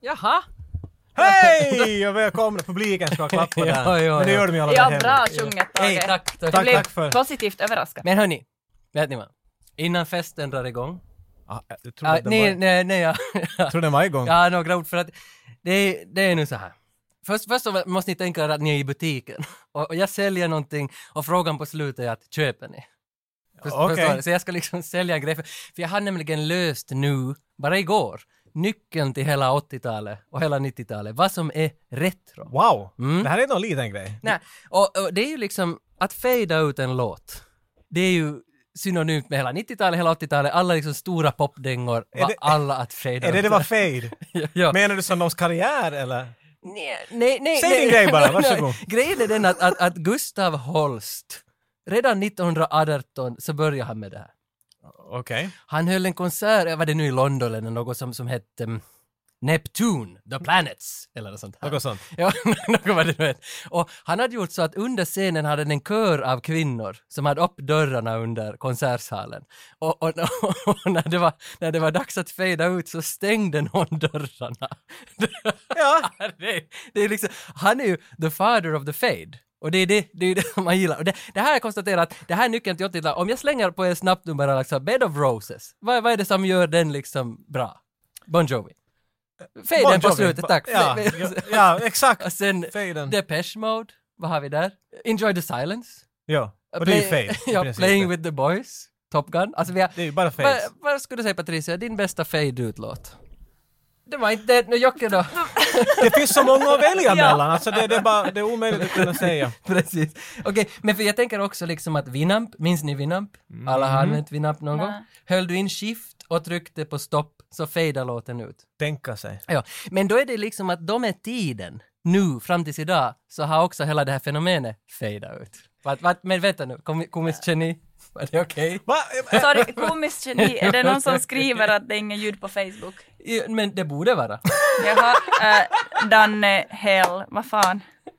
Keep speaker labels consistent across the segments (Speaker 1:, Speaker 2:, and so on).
Speaker 1: Jaha.
Speaker 2: Hej och välkomna, publiken ska klappa där.
Speaker 1: Ja.
Speaker 2: Men det gör de ju alla
Speaker 3: Ja,
Speaker 2: där
Speaker 3: bra
Speaker 2: hemma.
Speaker 3: sjunget, Tage.
Speaker 1: Hej, tack.
Speaker 3: Jag blev
Speaker 2: Tack för.
Speaker 3: positivt överraskad.
Speaker 1: Men hörni, vet ni vad? Innan festen drar igång.
Speaker 2: Jag trodde den var,
Speaker 1: Nej, ja.
Speaker 2: jag trodde den var igång.
Speaker 1: Ja, några ord för att det är nu så här. Först så måste ni tänka er att ni är i butiken. Och jag säljer någonting och frågan på slutet är att köper ni?
Speaker 2: Okej.
Speaker 1: Så jag ska liksom sälja en grej. För jag har nämligen löst nu, bara igår, nyckeln till hela 80-talet och hela 90-talet. Vad som är retro.
Speaker 2: Wow, det här är någon liten grej.
Speaker 1: Nej, och det är ju liksom att fejda ut en låt. Det är ju synonymt med hela 90-talet, hela 80-talet, alla liksom stora popdängor var alla att fejda ut.
Speaker 2: Är det var fade?
Speaker 1: Ja.
Speaker 2: Menar du som någons karriär eller?
Speaker 1: Nej.
Speaker 2: Säg din grej bara, varsågod.
Speaker 1: Grejen är den att Gustav Holst, redan 1918 så började han med det här.
Speaker 2: Okej.
Speaker 1: Han höll en konsert, var det nu i London eller något som hette Neptune, The Planets, eller något sånt här.
Speaker 2: Något sånt.
Speaker 1: Ja, något var det nu vet. Och han hade gjort så att under scenen hade en kör av kvinnor som hade upp dörrarna under konsertsalen. Och när det var dags att fejda ut så stängde någon dörrarna.
Speaker 2: Ja.
Speaker 1: det är liksom, han är ju the father of the fade. Och det är det man gillar. Och det här jag konstaterar att det här är nyckeln till 80-talet. Om jag slänger på en snabbt nummer liksom, Bed of Roses, vad är det som gör den liksom bra? Bon Jovi. Faden på slutet, tack.
Speaker 2: Ja, exakt.
Speaker 1: Och sen
Speaker 2: Faden.
Speaker 1: Depeche Mode, vad har vi där? Enjoy the Silence.
Speaker 2: Ja, och det är ju fade.
Speaker 1: Ja, Playing with the Boys, Top Gun. Alltså
Speaker 2: Det är ju bara fade.
Speaker 1: vad skulle du säga, Patricia, din bästa fade-ut-låt? Det var inte det, nu Jocke då.
Speaker 2: Det finns så många att välja mellan, alltså det är omöjligt att kunna säga.
Speaker 1: Precis. Okej, men för jag tänker också liksom att Winamp, minns ni Winamp? Alla har använt Winamp någon gång. Höll du in shift och tryckte på stopp så fejdar låten ut.
Speaker 2: Tänka sig.
Speaker 1: Ja, men då är det liksom att de är tiden. Nu, fram tills idag, så har också hela det här fenomenet fejdat ut. Men vänta nu, komiskt geni, var det okej?
Speaker 3: Sorry, komiskt geni. Är det någon som skriver att det är ingen ljud på Facebook?
Speaker 1: Ja, men det borde vara.
Speaker 3: Jaha, Danne Hell, vad fan?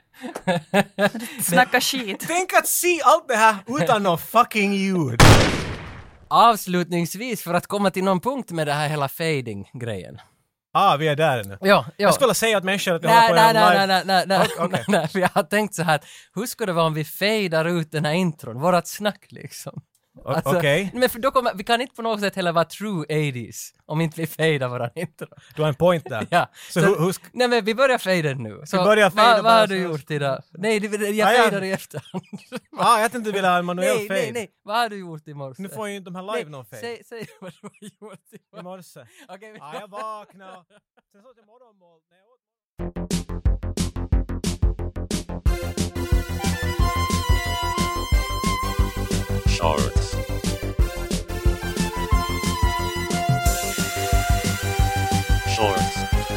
Speaker 3: Snacka skit.
Speaker 2: Tänk att se allt det här utan någon fucking ljud.
Speaker 1: Avslutningsvis, för att komma till någon punkt med det här hela fading-grejen.
Speaker 2: Vi är där nu.
Speaker 1: Ja.
Speaker 2: Jag skulle säga att människor att vi håller på en live...
Speaker 1: Nej, för jag har tänkt så här, hur skulle det vara om vi fejdar ut den här intron, vårat snack liksom. Alltså,
Speaker 2: Okej.
Speaker 1: Men för då kommer, vi kan inte på något sätt heller vara true 80s om inte vi fejdar våran intro.
Speaker 2: Du har en point där.
Speaker 1: Ja.
Speaker 2: Så hur
Speaker 1: nej men vi börjar fejda nu. Så
Speaker 2: vi börjar fejda
Speaker 1: vad
Speaker 2: bara
Speaker 1: har du
Speaker 2: så-
Speaker 1: gjort idag? Nej, jag fejdar i efterhand.
Speaker 2: jag tänkte vilja ha en manuell fade.
Speaker 1: Nej. Vad har du gjort i morse?
Speaker 2: Nu får ju inte de här live någon fade.
Speaker 1: Säg vad du har gjort i
Speaker 2: I
Speaker 1: morse.
Speaker 2: morse.
Speaker 1: Okej,
Speaker 2: Jag vaknade. Sen så till morgonmål. När jag åt...
Speaker 4: Shorts. Shorts.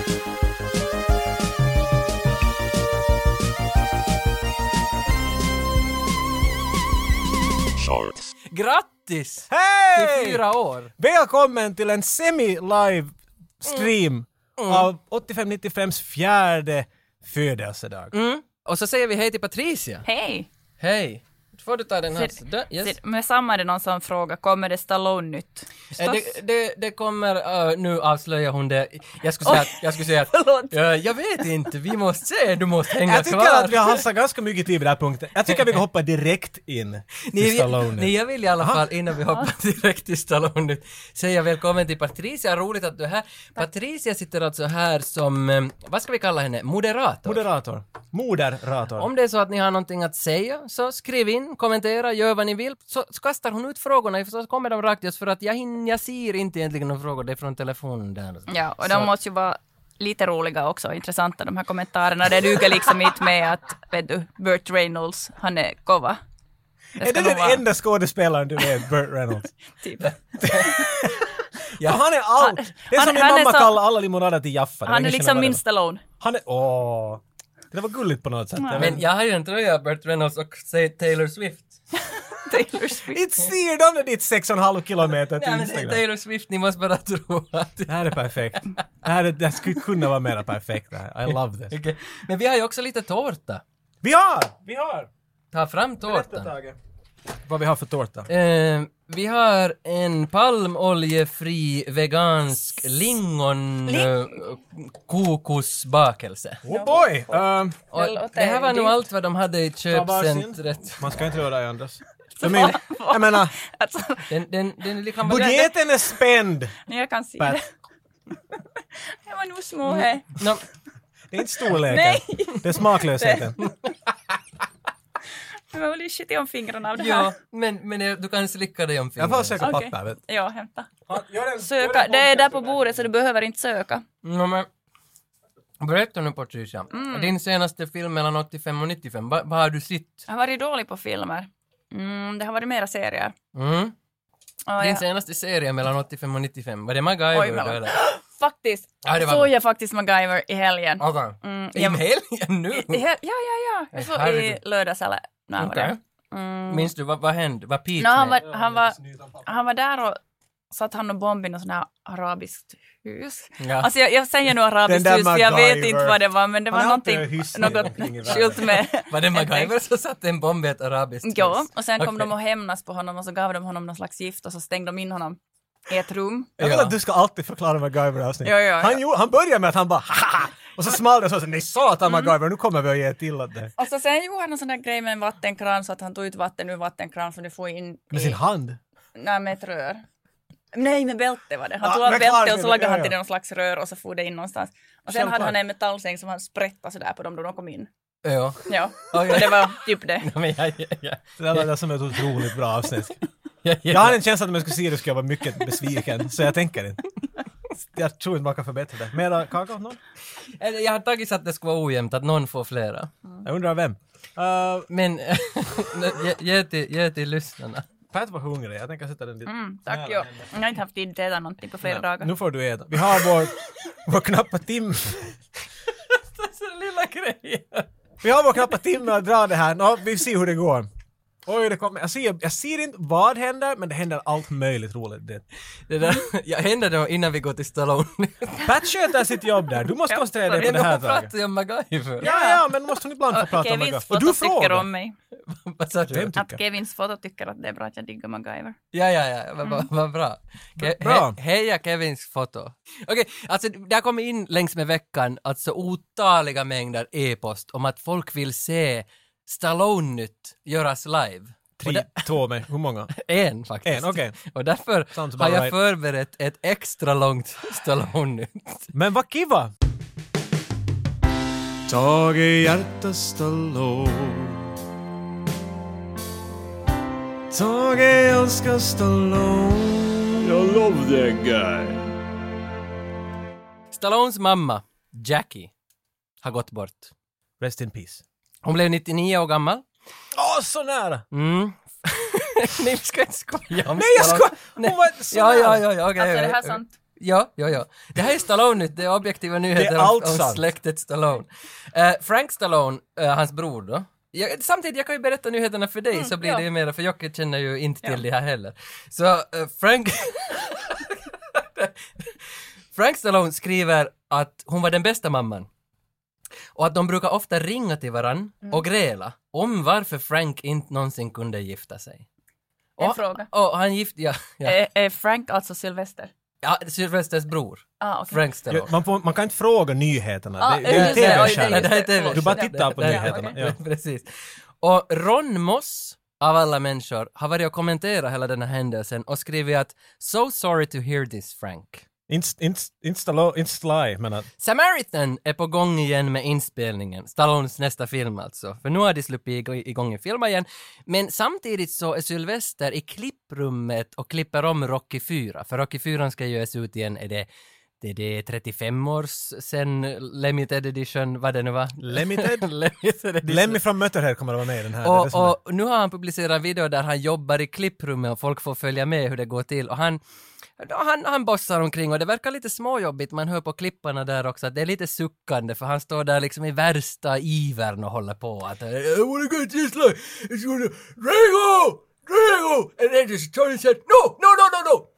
Speaker 4: Shorts.
Speaker 1: Grattis!
Speaker 2: Hej!
Speaker 1: Till 4 år.
Speaker 2: Välkommen till en semi-live stream av 85-95s fjärde födelsedag.
Speaker 1: Och så säger vi hej till Patricia.
Speaker 3: Hej.
Speaker 1: Hej. Får du ta den här? Yes.
Speaker 3: Men samma är det någon som frågar, kommer det Stallone-nytt?
Speaker 1: Det kommer, nu avslöjar hon det. Jag skulle säga att
Speaker 3: Förlåt.
Speaker 1: jag vet inte, vi måste se, du måste hänga
Speaker 2: Jag tycker
Speaker 1: kvar.
Speaker 2: att vi har halsat ganska mycket tid vid den här punkten. Jag tycker att vi kan hoppa direkt in till Stallone.
Speaker 1: Nej, jag vill i alla fall, innan vi hoppar direkt till Stallone, säga välkommen till Patricia. Roligt att du är här. Patricia sitter alltså här som, vad ska vi kalla henne? Moderator.
Speaker 2: Moderator.
Speaker 1: Om det är så att ni har någonting att säga, så skriv in, kommentera, gör vad ni vill. Så kastar hon ut frågorna, så kommer de rakt just för att jag ser inte egentligen några frågor, det är från telefonen där.
Speaker 3: Ja, och de måste ju vara lite roliga också, intressanta de här kommentarerna. Det duger liksom inte med att, vet du, Burt Reynolds, han är kova.
Speaker 2: Är det den enda skådespelaren du vet, Burt Reynolds?
Speaker 3: Typ.
Speaker 2: Ja, han är allt. Det är som min mamma kallar alla limonader till Jaffa.
Speaker 3: Han är liksom min Stallone.
Speaker 2: Han är, det var gulligt på något sätt.
Speaker 1: Men jag har ju en tröja av Burt Reynolds och Taylor Swift.
Speaker 3: Taylor Swift.
Speaker 2: Inte ser de ditt 6,5 kilometer till
Speaker 1: Ja, men
Speaker 2: Instagram.
Speaker 1: Taylor Swift, ni måste bara tro att...
Speaker 2: Det här är perfekt. Det skulle kunna vara mer perfekt. Det här. I love this.
Speaker 1: Okay. Men vi har ju också lite tårta.
Speaker 2: Vi har!
Speaker 1: Ta fram
Speaker 2: Berätta,
Speaker 1: tårtan.
Speaker 2: Tage. Vad vi har för tårta.
Speaker 1: Vi har en palmoljefri vegansk lingon kokosbakelse.
Speaker 2: Oh boy!
Speaker 1: Och det här var nog allt vad de hade i köpcentret.
Speaker 2: Man ska inte röra i andras. Jag menar,
Speaker 3: Alltså,
Speaker 1: Den liksom
Speaker 2: budgeten är spänd.
Speaker 3: jag kan se
Speaker 2: Pat.
Speaker 3: det. Det var nog små här.
Speaker 1: No,
Speaker 2: Det är inte storleken.
Speaker 3: Nej.
Speaker 2: Det är smaklösheten.
Speaker 3: Det var väl skitigt om fingrarna av det här.
Speaker 1: ja, men du kan slicka dig om
Speaker 2: Jag
Speaker 1: fingrarna.
Speaker 2: får söka
Speaker 3: Okej.
Speaker 2: papper. Vet.
Speaker 3: Ja, hämta.
Speaker 2: Gör
Speaker 3: Söka. Det är där på bordet så du behöver inte söka.
Speaker 1: No, men, berätta nu Patricia. Din senaste film mellan 85 och 95, vad har du sett?
Speaker 3: Jag har varit dålig på filmer. Det har varit mera serier. Och
Speaker 1: Din
Speaker 3: jag,
Speaker 1: senaste serie mellan 85 och 95, var det MacGyver?
Speaker 3: Oj, men-
Speaker 1: eller?
Speaker 3: faktiskt,
Speaker 1: Ja, det var
Speaker 3: såg
Speaker 1: bra.
Speaker 3: jag faktiskt MacGyver i helgen.
Speaker 1: Okej. I
Speaker 3: jag-
Speaker 1: helgen nu?
Speaker 3: Ja. Jag såg i
Speaker 1: Herregud.
Speaker 3: lördags eller när var det?
Speaker 1: Okej. Minns du vad hände? Vad Pete
Speaker 3: No,
Speaker 1: med?
Speaker 3: han var där och satt han och bombade i något sånt här arabiskt hus.
Speaker 1: Ja.
Speaker 3: Alltså jag säger nu arabiskt
Speaker 2: Den där
Speaker 3: hus för jag vet
Speaker 2: MacGyver.
Speaker 3: inte vad det var men det var
Speaker 2: Han har alltid
Speaker 3: någonting,
Speaker 2: hyss
Speaker 3: något
Speaker 2: omkring i världen.
Speaker 3: skilt med.
Speaker 1: Var det MacGyver som satte en bomb i ett arabiskt hus?
Speaker 3: Ja, och sen kom
Speaker 1: Okej.
Speaker 3: de och hämnas på honom och så gav de honom någon slags gift och så stängde de in honom i ett rum.
Speaker 2: Jag vill
Speaker 1: Ja.
Speaker 2: att du ska alltid förklara MacGyver-avsnitt.
Speaker 3: Ja.
Speaker 2: Han börjar med att han bara haha! Och så small det så nej satan MacGyver, nu kommer vi att ge till åt det.
Speaker 3: Och så sen gjorde han en sån där grej med en vattenkran så att han tog ut vatten ur vattenkran så du får in
Speaker 2: Med sin hand.
Speaker 3: Nej, med ett rör. Nej, med bälte var det. Han
Speaker 2: Ja,
Speaker 3: tog av
Speaker 2: men
Speaker 3: bälte
Speaker 2: klart,
Speaker 3: och så lagade han
Speaker 2: ja.
Speaker 3: till någon slags rör och så for det in någonstans. Och sen
Speaker 2: Självklart.
Speaker 3: hade han en metallsäng som han sprättade sådär på dem då de kom in.
Speaker 1: Ja.
Speaker 3: Ja,
Speaker 1: Oj,
Speaker 3: och det var typ det.
Speaker 1: Ja, men ja.
Speaker 2: Det där var det som är ett otroligt bra avsnitt.
Speaker 1: Ja.
Speaker 2: Jag har en känsla att om jag skulle se det skulle jag vara mycket besviken, så jag tänker inte. Jag tror inte man kan förbättra det. Mera kakao? Någon?
Speaker 1: Jag har tagit så att det ska vara ojämnt, att någon får flera.
Speaker 2: Jag undrar vem.
Speaker 1: Men ge till lyssnarna.
Speaker 2: Pat var hungrig, jag tänker sätta den dit.
Speaker 3: Tack, ja. Jag har inte haft tid att äta någonting på flera dagar.
Speaker 2: Nu får du äta. Vi har vår knappa timme.
Speaker 1: Så lilla grejer.
Speaker 2: Vi har vår knappa timme att dra det här. Nå, vi ser hur det går. Oj, det kommer. Jag ser inte vad händer, men det händer allt möjligt roligt.
Speaker 1: Det där, jag händer det innan vi går till Stallone.
Speaker 2: Pat sköter sitt jobb där. Du måste koncentrera dig på det här
Speaker 1: Jag
Speaker 2: taget.
Speaker 1: pratar ju om MacGyver.
Speaker 2: Ja, men måste hon ibland få prata om
Speaker 3: Kevins
Speaker 2: MacGyver. Och
Speaker 3: foto
Speaker 2: du
Speaker 3: tycker
Speaker 2: frågar.
Speaker 3: om mig.
Speaker 1: Vad sa du?
Speaker 2: Vem tycker?
Speaker 3: Att Kevins foto tycker att det är bra att jag diggar MacGyver.
Speaker 1: Ja, vad bra.
Speaker 2: Bra.
Speaker 1: Heja Kevins foto. Okej, alltså det har kommit in längs med veckan alltså otaliga mängder e-post om att folk vill se Stallone-nytt göras live.
Speaker 2: Två med. Hur många?
Speaker 1: En faktiskt.
Speaker 2: En, okej.
Speaker 1: Och därför
Speaker 2: Sounds
Speaker 1: har
Speaker 2: about
Speaker 1: jag
Speaker 2: right.
Speaker 1: förberett ett extra långt Stallone-nytt.
Speaker 2: Men vad kiva! Tage hjärta Stallone. Tage älskar Stallone.
Speaker 4: I love that guy.
Speaker 1: Stallones mamma, Jackie, har gått bort.
Speaker 2: Rest in peace.
Speaker 1: Hon blev 99 år gammal.
Speaker 2: Åh, så nära!
Speaker 1: Nej, vi ska inte skoja om
Speaker 2: Nej, jag
Speaker 1: Stallone.
Speaker 2: ska... Hon var så
Speaker 1: Ja,
Speaker 2: nära.
Speaker 1: okej.
Speaker 3: Alltså är det här sant?
Speaker 1: Ja. Det här är Stallone, det är objektiva nyheter
Speaker 2: Det är allt
Speaker 1: om
Speaker 2: sant.
Speaker 1: släktet Stallone. Frank Stallone, hans bror då. Samtidigt, jag kan ju berätta nyheterna för dig så blir
Speaker 3: ja.
Speaker 1: det ju mer, för Jocke känner ju inte till det här heller. Så Frank... Frank Stallone skriver att hon var den bästa mamman. Och att de brukar ofta ringa till varann och gräla om varför Frank inte någonsin kunde gifta sig.
Speaker 3: En fråga.
Speaker 1: Och han ja.
Speaker 3: Är Frank alltså Sylvester?
Speaker 1: Ja, Sylvesters bror.
Speaker 3: Okej.
Speaker 1: Frank Stallone.
Speaker 2: Man kan inte fråga nyheterna.
Speaker 3: Ah,
Speaker 2: det är
Speaker 3: just det. Oj,
Speaker 2: TV-kärlek.
Speaker 3: det är
Speaker 1: Det här är TV.
Speaker 2: Du bara
Speaker 3: Ja.
Speaker 2: tittar på
Speaker 1: Det-
Speaker 2: nyheterna.
Speaker 3: okej.
Speaker 2: Ja.
Speaker 1: Precis. Och Ron Moss, av alla människor, har varit och kommenterat hela den här händelsen och skrivit att “So sorry to hear this, Frank”.
Speaker 2: Inte Sly, men att...
Speaker 1: Samaritan är på gång igen med inspelningen, Stallones nästa film alltså. För nu har de sluppit igång i filmen igen. Men samtidigt så är Sylvester i klipprummet och klipper om Rocky 4. För Rocky 4 ska göras ut igen, är det 35 år sen Limited Edition, vad det nu var?
Speaker 2: Limited?
Speaker 1: Limited Edition.
Speaker 2: Lemmy från Mötterhead kommer att vara med i den här. Det är det som är-
Speaker 1: Och nu har han publicerat en video där han jobbar i klipprummet och folk får följa med hur det går till. Och han bossar omkring och det verkar lite småjobbigt. Man hör på klipparna där också att det är lite suckande för han står där liksom i värsta ivern och håller på att I wanna go this like it's gonna Drago! And then just Tony said no!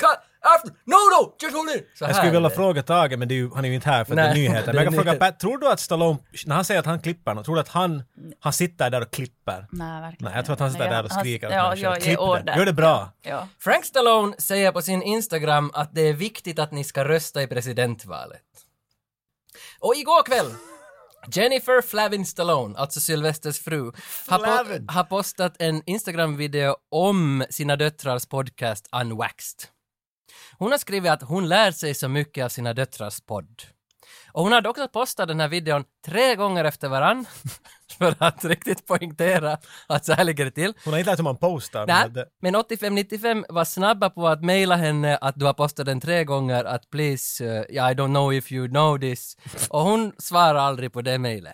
Speaker 1: No, just hold in! Så
Speaker 2: Jag
Speaker 1: här
Speaker 2: skulle
Speaker 1: är
Speaker 2: vilja
Speaker 1: det.
Speaker 2: fråga Tage, men han är ju inte här för att det är
Speaker 1: Nej,
Speaker 2: nyheter.
Speaker 1: det
Speaker 2: Men
Speaker 1: är
Speaker 2: jag kan fråga
Speaker 1: nyheter.
Speaker 2: Pat, tror du att Stallone, när han säger att han klipper något, tror du att han sitter där och klipper?
Speaker 3: Nej, verkligen.
Speaker 2: Nej, jag tror att han sitter där och skriker.
Speaker 3: Ja,
Speaker 2: att man
Speaker 3: ge
Speaker 2: klipp
Speaker 3: order.
Speaker 2: det. Gör det bra.
Speaker 3: Ja.
Speaker 1: Frank Stallone säger på sin Instagram att det är viktigt att ni ska rösta i presidentvalet. Och igår kväll, Jennifer Flavin Stallone, alltså Sylvesters fru, har postat en Instagram-video om sina döttrars podcast Unwaxed. Hon har skrivit att hon lär sig så mycket av sina döttrars podd. Och hon hade också postat den här videon 3 gånger efter varann för att riktigt poängtera att så här ligger det till.
Speaker 2: Hon har inte lärt hur man postar.
Speaker 1: Nej, men 8595 var snabba på att mejla henne att du har postat den 3 gånger att please, I don't know if you know this. Och hon svarar aldrig på det mejlet.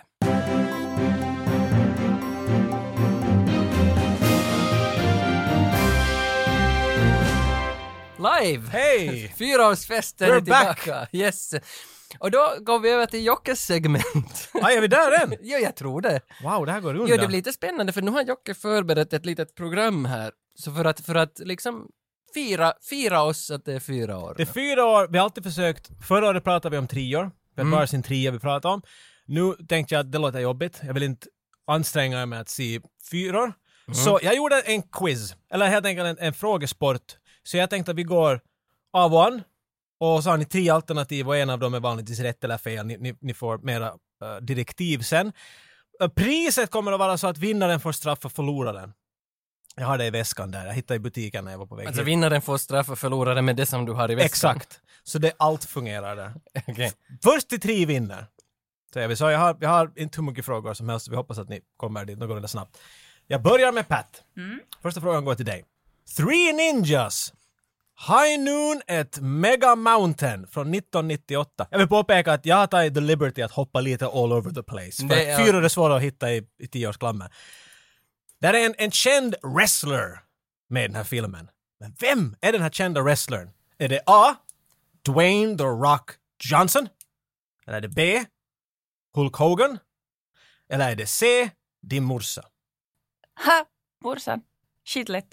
Speaker 1: Live!
Speaker 2: Hej!
Speaker 1: 4-årsfesten är
Speaker 2: We're
Speaker 1: tillbaka. Yes. Och då går vi över till Jockes segment.
Speaker 2: Aj, är vi där än?
Speaker 1: Jo, jag tror det.
Speaker 2: Wow, det här går undan.
Speaker 1: Jo, det blir lite spännande för nu har Jocke förberett ett litet program här. Så för att liksom fira oss att det är 4 år.
Speaker 2: Det är 4 år, vi har alltid försökt. Förra året pratade vi om 3 år. Vi har bara sin 3 vi pratade om. Nu tänkte jag att det låter jobbigt. Jag vill inte anstränga mig att se 4 år. Så jag gjorde en quiz. Eller helt enkelt en frågesport. Så jag tänkte att vi går av och an. Och så har ni 3 alternativ och en av dem är vanligtvis rätt eller fel. Ni får mera direktiv sen. Priset kommer att vara så att vinnaren får straffa förloraren. Jag har det i väskan där. Jag hittade i butiken när jag var på väg
Speaker 1: Alltså
Speaker 2: hit.
Speaker 1: vinnaren får straffa förloraren med det som du har i väskan.
Speaker 2: Exakt. Så det allt fungerar där.
Speaker 1: Okej.
Speaker 2: Först till 3 vinner. Så jag har inte hur mycket frågor som helst. Vi hoppas att ni kommer dit någorlunda snabbt. Jag börjar med Pat. Första frågan går till dig. 3 Ninjas. High Noon at Mega Mountain från 1998. Jag vill påpeka att jag har tagit the liberty att hoppa lite all over the place. För att 4 är svåra att hitta i 10-årsklammer. Där är en känd wrestler med den här filmen. Men vem är den här kända wrestlern? Är det A. Dwayne The Rock Johnson? Eller är det B. Hulk Hogan? Eller är det C. Din morsa?
Speaker 3: Ha! Morsan. Skitlätt.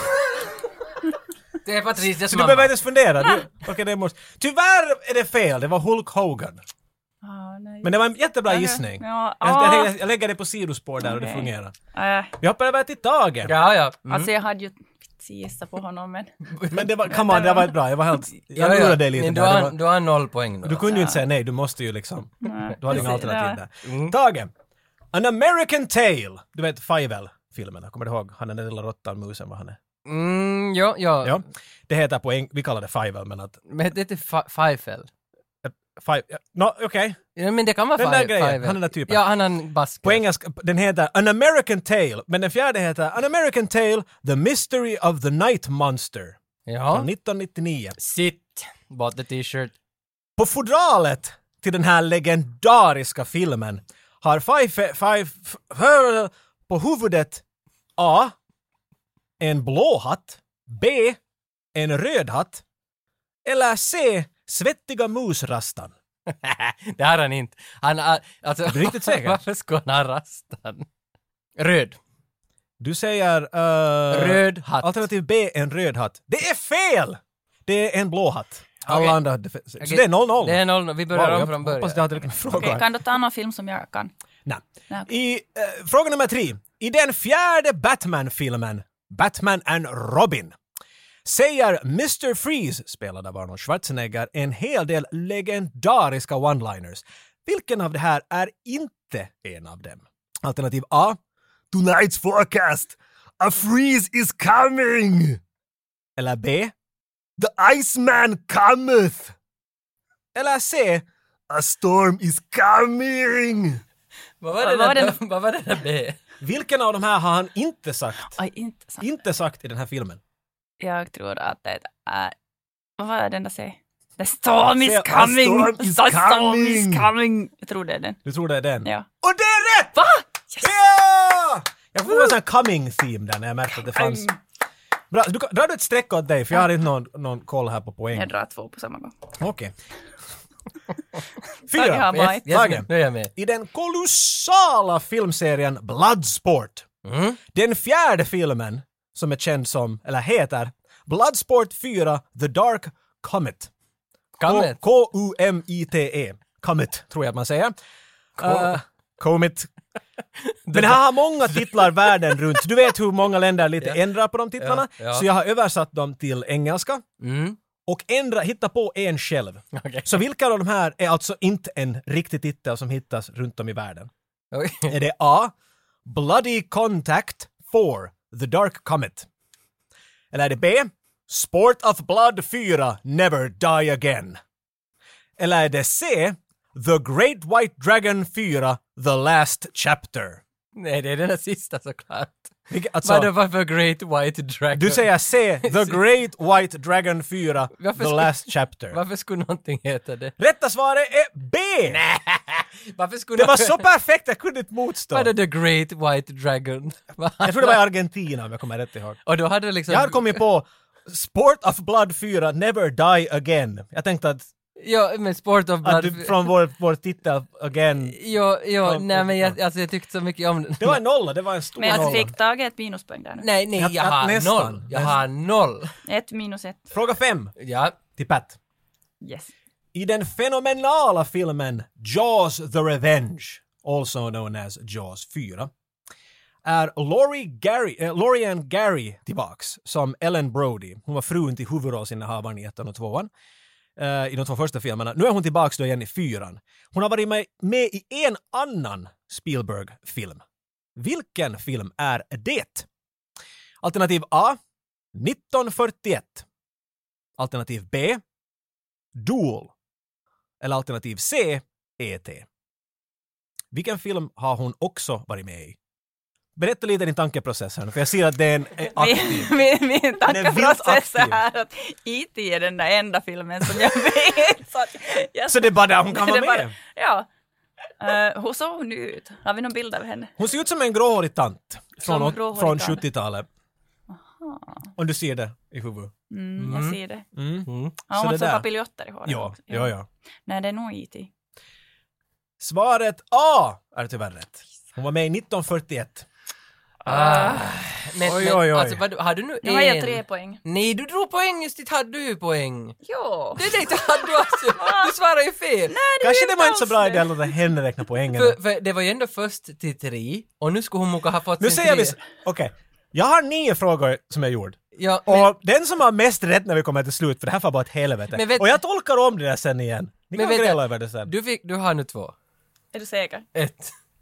Speaker 1: Det är Patricias
Speaker 2: Så du
Speaker 1: mamma.
Speaker 2: behöver inte ens fundera. Okej, det är morsa. Tyvärr är det fel. Det var Hulk Hogan.
Speaker 3: Nej.
Speaker 2: Men det var en jättebra gissning.
Speaker 3: Ja,
Speaker 2: Jag lägger det på sidospår där och det
Speaker 3: Okej.
Speaker 2: fungerar.
Speaker 3: Äh,
Speaker 2: Vi hoppar över till Tage.
Speaker 1: Ja.
Speaker 3: Alltså jag hade ju gissa på honom men...
Speaker 2: Men det var, come on, det var bra. Jag var helt... Jag
Speaker 1: Ja.
Speaker 2: lurade dig lite
Speaker 1: Men
Speaker 2: där.
Speaker 1: du har 0 poäng nu.
Speaker 2: Du kunde ju inte säga nej, du måste ju liksom... Du hade inga
Speaker 3: Precis,
Speaker 2: alternativ
Speaker 3: ja.
Speaker 2: där. Tage. An American Tale. Du vet Fievel-filmerna. Kommer du ihåg? Han är den lilla råttan, musen, vad han är.
Speaker 1: Ja.
Speaker 2: Ja. Det heter på vi kallar det Fievel, men att...
Speaker 1: Men det är Feifel.
Speaker 2: Okej.
Speaker 1: Ja, men det kan vara
Speaker 2: Den där grejen,
Speaker 1: Feifel.
Speaker 2: han är den där typen.
Speaker 1: Ja, han har en basker.
Speaker 2: På engelska, den heter An American Tale, men den fjärde heter An American Tale, The Mystery of the Night Monster.
Speaker 1: Ja.
Speaker 2: Från 1999.
Speaker 1: Sitt. Bought the t-shirt.
Speaker 2: På fodralet till den här legendariska filmen har på huvudet A. En blå hatt, B. En röd hatt eller C. Svettiga musrastan.
Speaker 1: Det har han inte. Han har... Alltså,
Speaker 2: Är du riktigt säker?
Speaker 1: Varför ska han ha rastan? Röd.
Speaker 2: Du säger...
Speaker 1: Röd hatt.
Speaker 2: Alternativ B, en röd hatt. Det är fel! Det är en blå hatt. Alla
Speaker 1: Okej.
Speaker 2: andra... Så det är 0-0.
Speaker 1: Det är 0. Vi börjar om
Speaker 2: jag
Speaker 1: från början.
Speaker 2: hoppas jag hade lite frågor.
Speaker 3: Okej, kan du ta någon film som jag kan?
Speaker 2: Nej.
Speaker 3: Nej.
Speaker 2: I fråga nummer 3. I den 4:e Batman-filmen, Batman and Robin, säger Mr. Freeze, spelad av Arnold Schwarzenegger, en hel del legendariska one-liners. Vilken av det här är inte en av dem? Alternativ A. Tonight's forecast. A freeze is coming. Eller B. The Iceman cometh. Eller C. A storm is coming.
Speaker 1: Vad var det där B?
Speaker 2: Vilken av de här har han inte sagt?
Speaker 3: Aj, inte sant.
Speaker 2: Inte sagt i den här filmen.
Speaker 3: Jag tror att det är... Vad var den där säger? The storm is
Speaker 2: A
Speaker 3: coming!
Speaker 2: storm is
Speaker 3: The storm is
Speaker 2: coming!
Speaker 3: coming! Jag tror det är den.
Speaker 2: Du tror det är den?
Speaker 3: Ja.
Speaker 2: Och det är rätt!
Speaker 3: Va?
Speaker 2: Ja! Jag får en sån här coming theme där när jag märkte att det fanns. Bra, drar du ett streck åt dig? För jag har inte någon koll här på poäng.
Speaker 3: Jag drar 2 på samma gång.
Speaker 2: Okej.
Speaker 3: Jag
Speaker 2: 4.
Speaker 3: har bara ett.
Speaker 2: Tage.
Speaker 1: Nu är jag med.
Speaker 2: I den kolossala filmserien Bloodsport. Den 4:e filmen som är känd som, eller heter Bloodsport 4 The Dark Comet.
Speaker 1: Comet.
Speaker 2: K-U-M-I-T-E. Comet, tror jag att man säger. Comet. Men det här har många titlar världen runt. Du vet hur många länder lite ändrar på de titlarna.
Speaker 1: Ja.
Speaker 2: Så jag har översatt dem till engelska. Och hitta på en själv.
Speaker 1: Okay.
Speaker 2: Så vilka av de här är alltså inte en riktig titel som hittas runt om i världen?
Speaker 1: Okay.
Speaker 2: Är det A. Bloody Contact 4, The Dark Comet? Eller är det B. Sport of Blood 4, Never Die Again? Eller är det C. The Great White Dragon 4, The Last Chapter?
Speaker 1: Nej, det är den där sista såklart.
Speaker 2: Alltså,
Speaker 1: Vad det var för Great White Dragon?
Speaker 2: du säger C. The Great White Dragon 4, The Last Chapter.
Speaker 1: Varför skulle någonting heta det?
Speaker 2: Rätta svaret är B!
Speaker 1: Varför skulle
Speaker 2: Det var så perfekt, jag kunde inte motstå.
Speaker 1: Vad är The Great White Dragon?
Speaker 2: Jag tror det var i Argentina om jag kommer rätt ihåg.
Speaker 1: Och då hade det liksom...
Speaker 2: Jag hade kommit på Sport of Blood 4, Never Die Again. Jag tänkte att
Speaker 1: Ja, men Sport of Blood...
Speaker 2: du, från vår titel Again.
Speaker 1: Jo, nej men jag tyckte så mycket om den.
Speaker 2: Det var en nolla, det var en stor
Speaker 3: Men
Speaker 2: nolla.
Speaker 3: jag fick Tage ett minuspoäng där nu.
Speaker 1: Nej, jag har
Speaker 2: nästan.
Speaker 1: 0. Jag har 0.
Speaker 3: 1 minus 1.
Speaker 2: Fråga 5
Speaker 1: Ja.
Speaker 2: till Pat.
Speaker 3: Yes.
Speaker 2: I den fenomenala filmen Jaws the Revenge, also known as Jaws 4, är Lorian Gary tillbaks som Ellen Brody. Hon var frun till huvudrollsinnehavaren i 1 och 2. I de 2 första filmerna. Nu är hon tillbaks då igen i 4. Hon har varit med i en annan Spielberg-film. Vilken film är det? Alternativ A. 1941. Alternativ B. Duel. Eller alternativ C. E.T. Vilken film har hon också varit med i? Berätta lite din tankeprocess här nu, för jag ser att det är en aktiv.
Speaker 3: Min tankeprocess är här att E.T. är den där enda filmen som jag vet.
Speaker 2: Så det är bara där hon kan vara med?
Speaker 3: Ja. Hur såg hon ut? Har vi någon bild av henne?
Speaker 2: Hon ser ut som en gråhårig tant från
Speaker 3: gråhårig tant.
Speaker 2: 70-talet. Om du ser det i huvudet.
Speaker 3: Jag ser det.
Speaker 2: Så
Speaker 3: Har hon
Speaker 2: det
Speaker 3: så
Speaker 2: där.
Speaker 3: papiljotter i håret?
Speaker 2: Ja.
Speaker 3: Nej, det är nog E.T.
Speaker 2: Svaret A är tyvärr rätt. Hon var med i 1941.
Speaker 1: Men
Speaker 2: Oj.
Speaker 1: alltså har du nu
Speaker 3: Nu har jag 3 poäng.
Speaker 1: Nej, du drog poäng just inte hade du poäng.
Speaker 3: Jo.
Speaker 1: Du tänkte hade du alltså. Du svarar ju fel.
Speaker 2: Kanske det var inte så bra idé att låta henne räkna poängen.
Speaker 1: För det var ju ändå först till 3 och nu skulle hon nog ha fått
Speaker 2: Nu
Speaker 1: sin
Speaker 2: säger vi
Speaker 1: 3.
Speaker 2: okej. Jag har 9 frågor som jag gjort.
Speaker 1: Ja,
Speaker 2: Och den som har mest rätt när vi kommer till slut, för det här var bara ett helvete.
Speaker 1: Men vet-
Speaker 2: Och jag tolkar om det där sen igen. Ni kan
Speaker 1: vänta,
Speaker 2: gräla över det sen.
Speaker 1: du har nu 2.
Speaker 3: Är du säker?
Speaker 1: 1.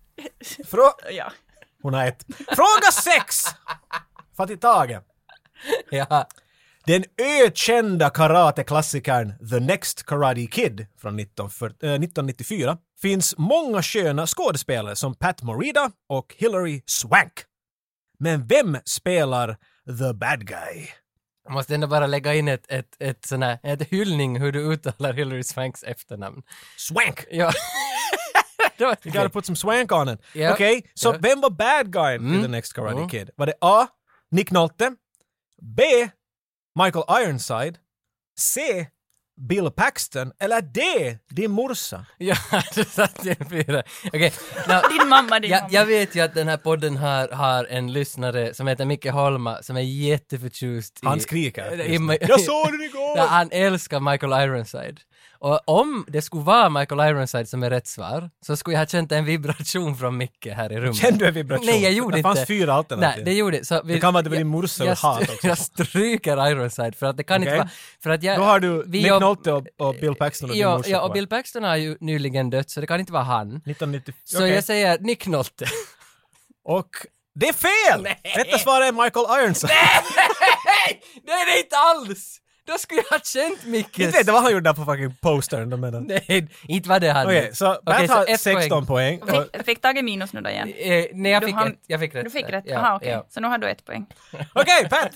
Speaker 3: Ja.
Speaker 2: Hon har 1. Fråga 6! Fattig-Tage.
Speaker 1: Ja.
Speaker 2: Den ökända karateklassikern The Next Karate Kid från 1994 finns många sköna skådespelare som Pat Morita och Hilary Swank. Men vem spelar the bad guy?
Speaker 1: Jag måste ändå bara lägga in ett sån här, ett hyllning hur du uttalar Hilary Swanks efternamn.
Speaker 2: Swank!
Speaker 1: Ja. Det var
Speaker 2: You gotta put some swank on it.
Speaker 1: Ja.
Speaker 2: Okej, så
Speaker 1: Ja.
Speaker 2: vem var bad guy i The Next Karate Kid? Var det A. Nick Nolte, B. Michael Ironside, C. Bill Paxton eller D. Din morsa?
Speaker 1: Ja, det satt i en 4. Okej.
Speaker 3: Din mamma.
Speaker 1: Jag vet ju att den här podden har en lyssnare som heter Micke Holma som är jätteförtjust i...
Speaker 2: Han skriker.
Speaker 1: i-
Speaker 2: Jag såg den igår!
Speaker 1: Ja, han älskar Michael Ironside. Och om det skulle vara Michael Ironside som är rätt svar så skulle jag ha känt en vibration från Micke här i rummet.
Speaker 2: Kände du en vibration?
Speaker 1: Nej, jag gjorde
Speaker 2: det
Speaker 1: inte.
Speaker 2: Det fanns 4 alternativ.
Speaker 1: Nej, det gjorde så
Speaker 2: Det kan vara att det var din morsa och hat också.
Speaker 1: Jag stryker Ironside för att det kan inte
Speaker 2: Okej.
Speaker 1: vara... För att jag,
Speaker 2: Då har du
Speaker 1: vi
Speaker 2: Nick
Speaker 1: jobb-
Speaker 2: Nolte och Bill Paxton och din morsa
Speaker 1: Ja, och
Speaker 2: kvar.
Speaker 1: Bill Paxton har ju nyligen dött så det kan inte vara han.
Speaker 2: 1990.
Speaker 1: Så jag säger Nick Nolte.
Speaker 2: Och det är fel! Rätta svaret är Michael Ironside.
Speaker 1: Nej! Det är det inte alls! Då skulle jag ha känt Mickes.
Speaker 2: Inte vet jag vad han gjorde där på fucking postern. De menar.
Speaker 1: Nej, inte vad det han.
Speaker 2: Okej, så Pat har 16 poäng.
Speaker 3: Fick Tage minus nu då igen?
Speaker 1: Nej, jag
Speaker 3: Du
Speaker 1: fick
Speaker 3: har-
Speaker 1: rätt. Jag fick rätt.
Speaker 3: Du fick rätt?
Speaker 1: Ja,
Speaker 3: Aha, okej.
Speaker 1: ja.
Speaker 3: Så nu har du 1 poäng.
Speaker 2: Okej, Pat!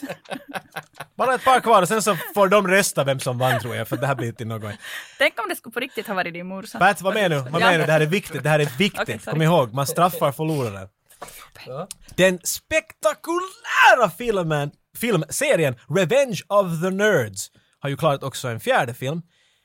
Speaker 2: Bara ett par kvar och sen så får de rösta vem som vann tror jag, för det här blir inte något.
Speaker 3: Tänk om det skulle på riktigt ha varit din morsa.
Speaker 2: Pat, vad med nu? Vad med nu? Det här är viktigt. Det här är viktigt.
Speaker 3: Okej, sorry.
Speaker 2: Kom ihåg, man straffar förloraren. Den spektakulära filmserien Revenge of the Nerds har ju klarat också en 4:e film.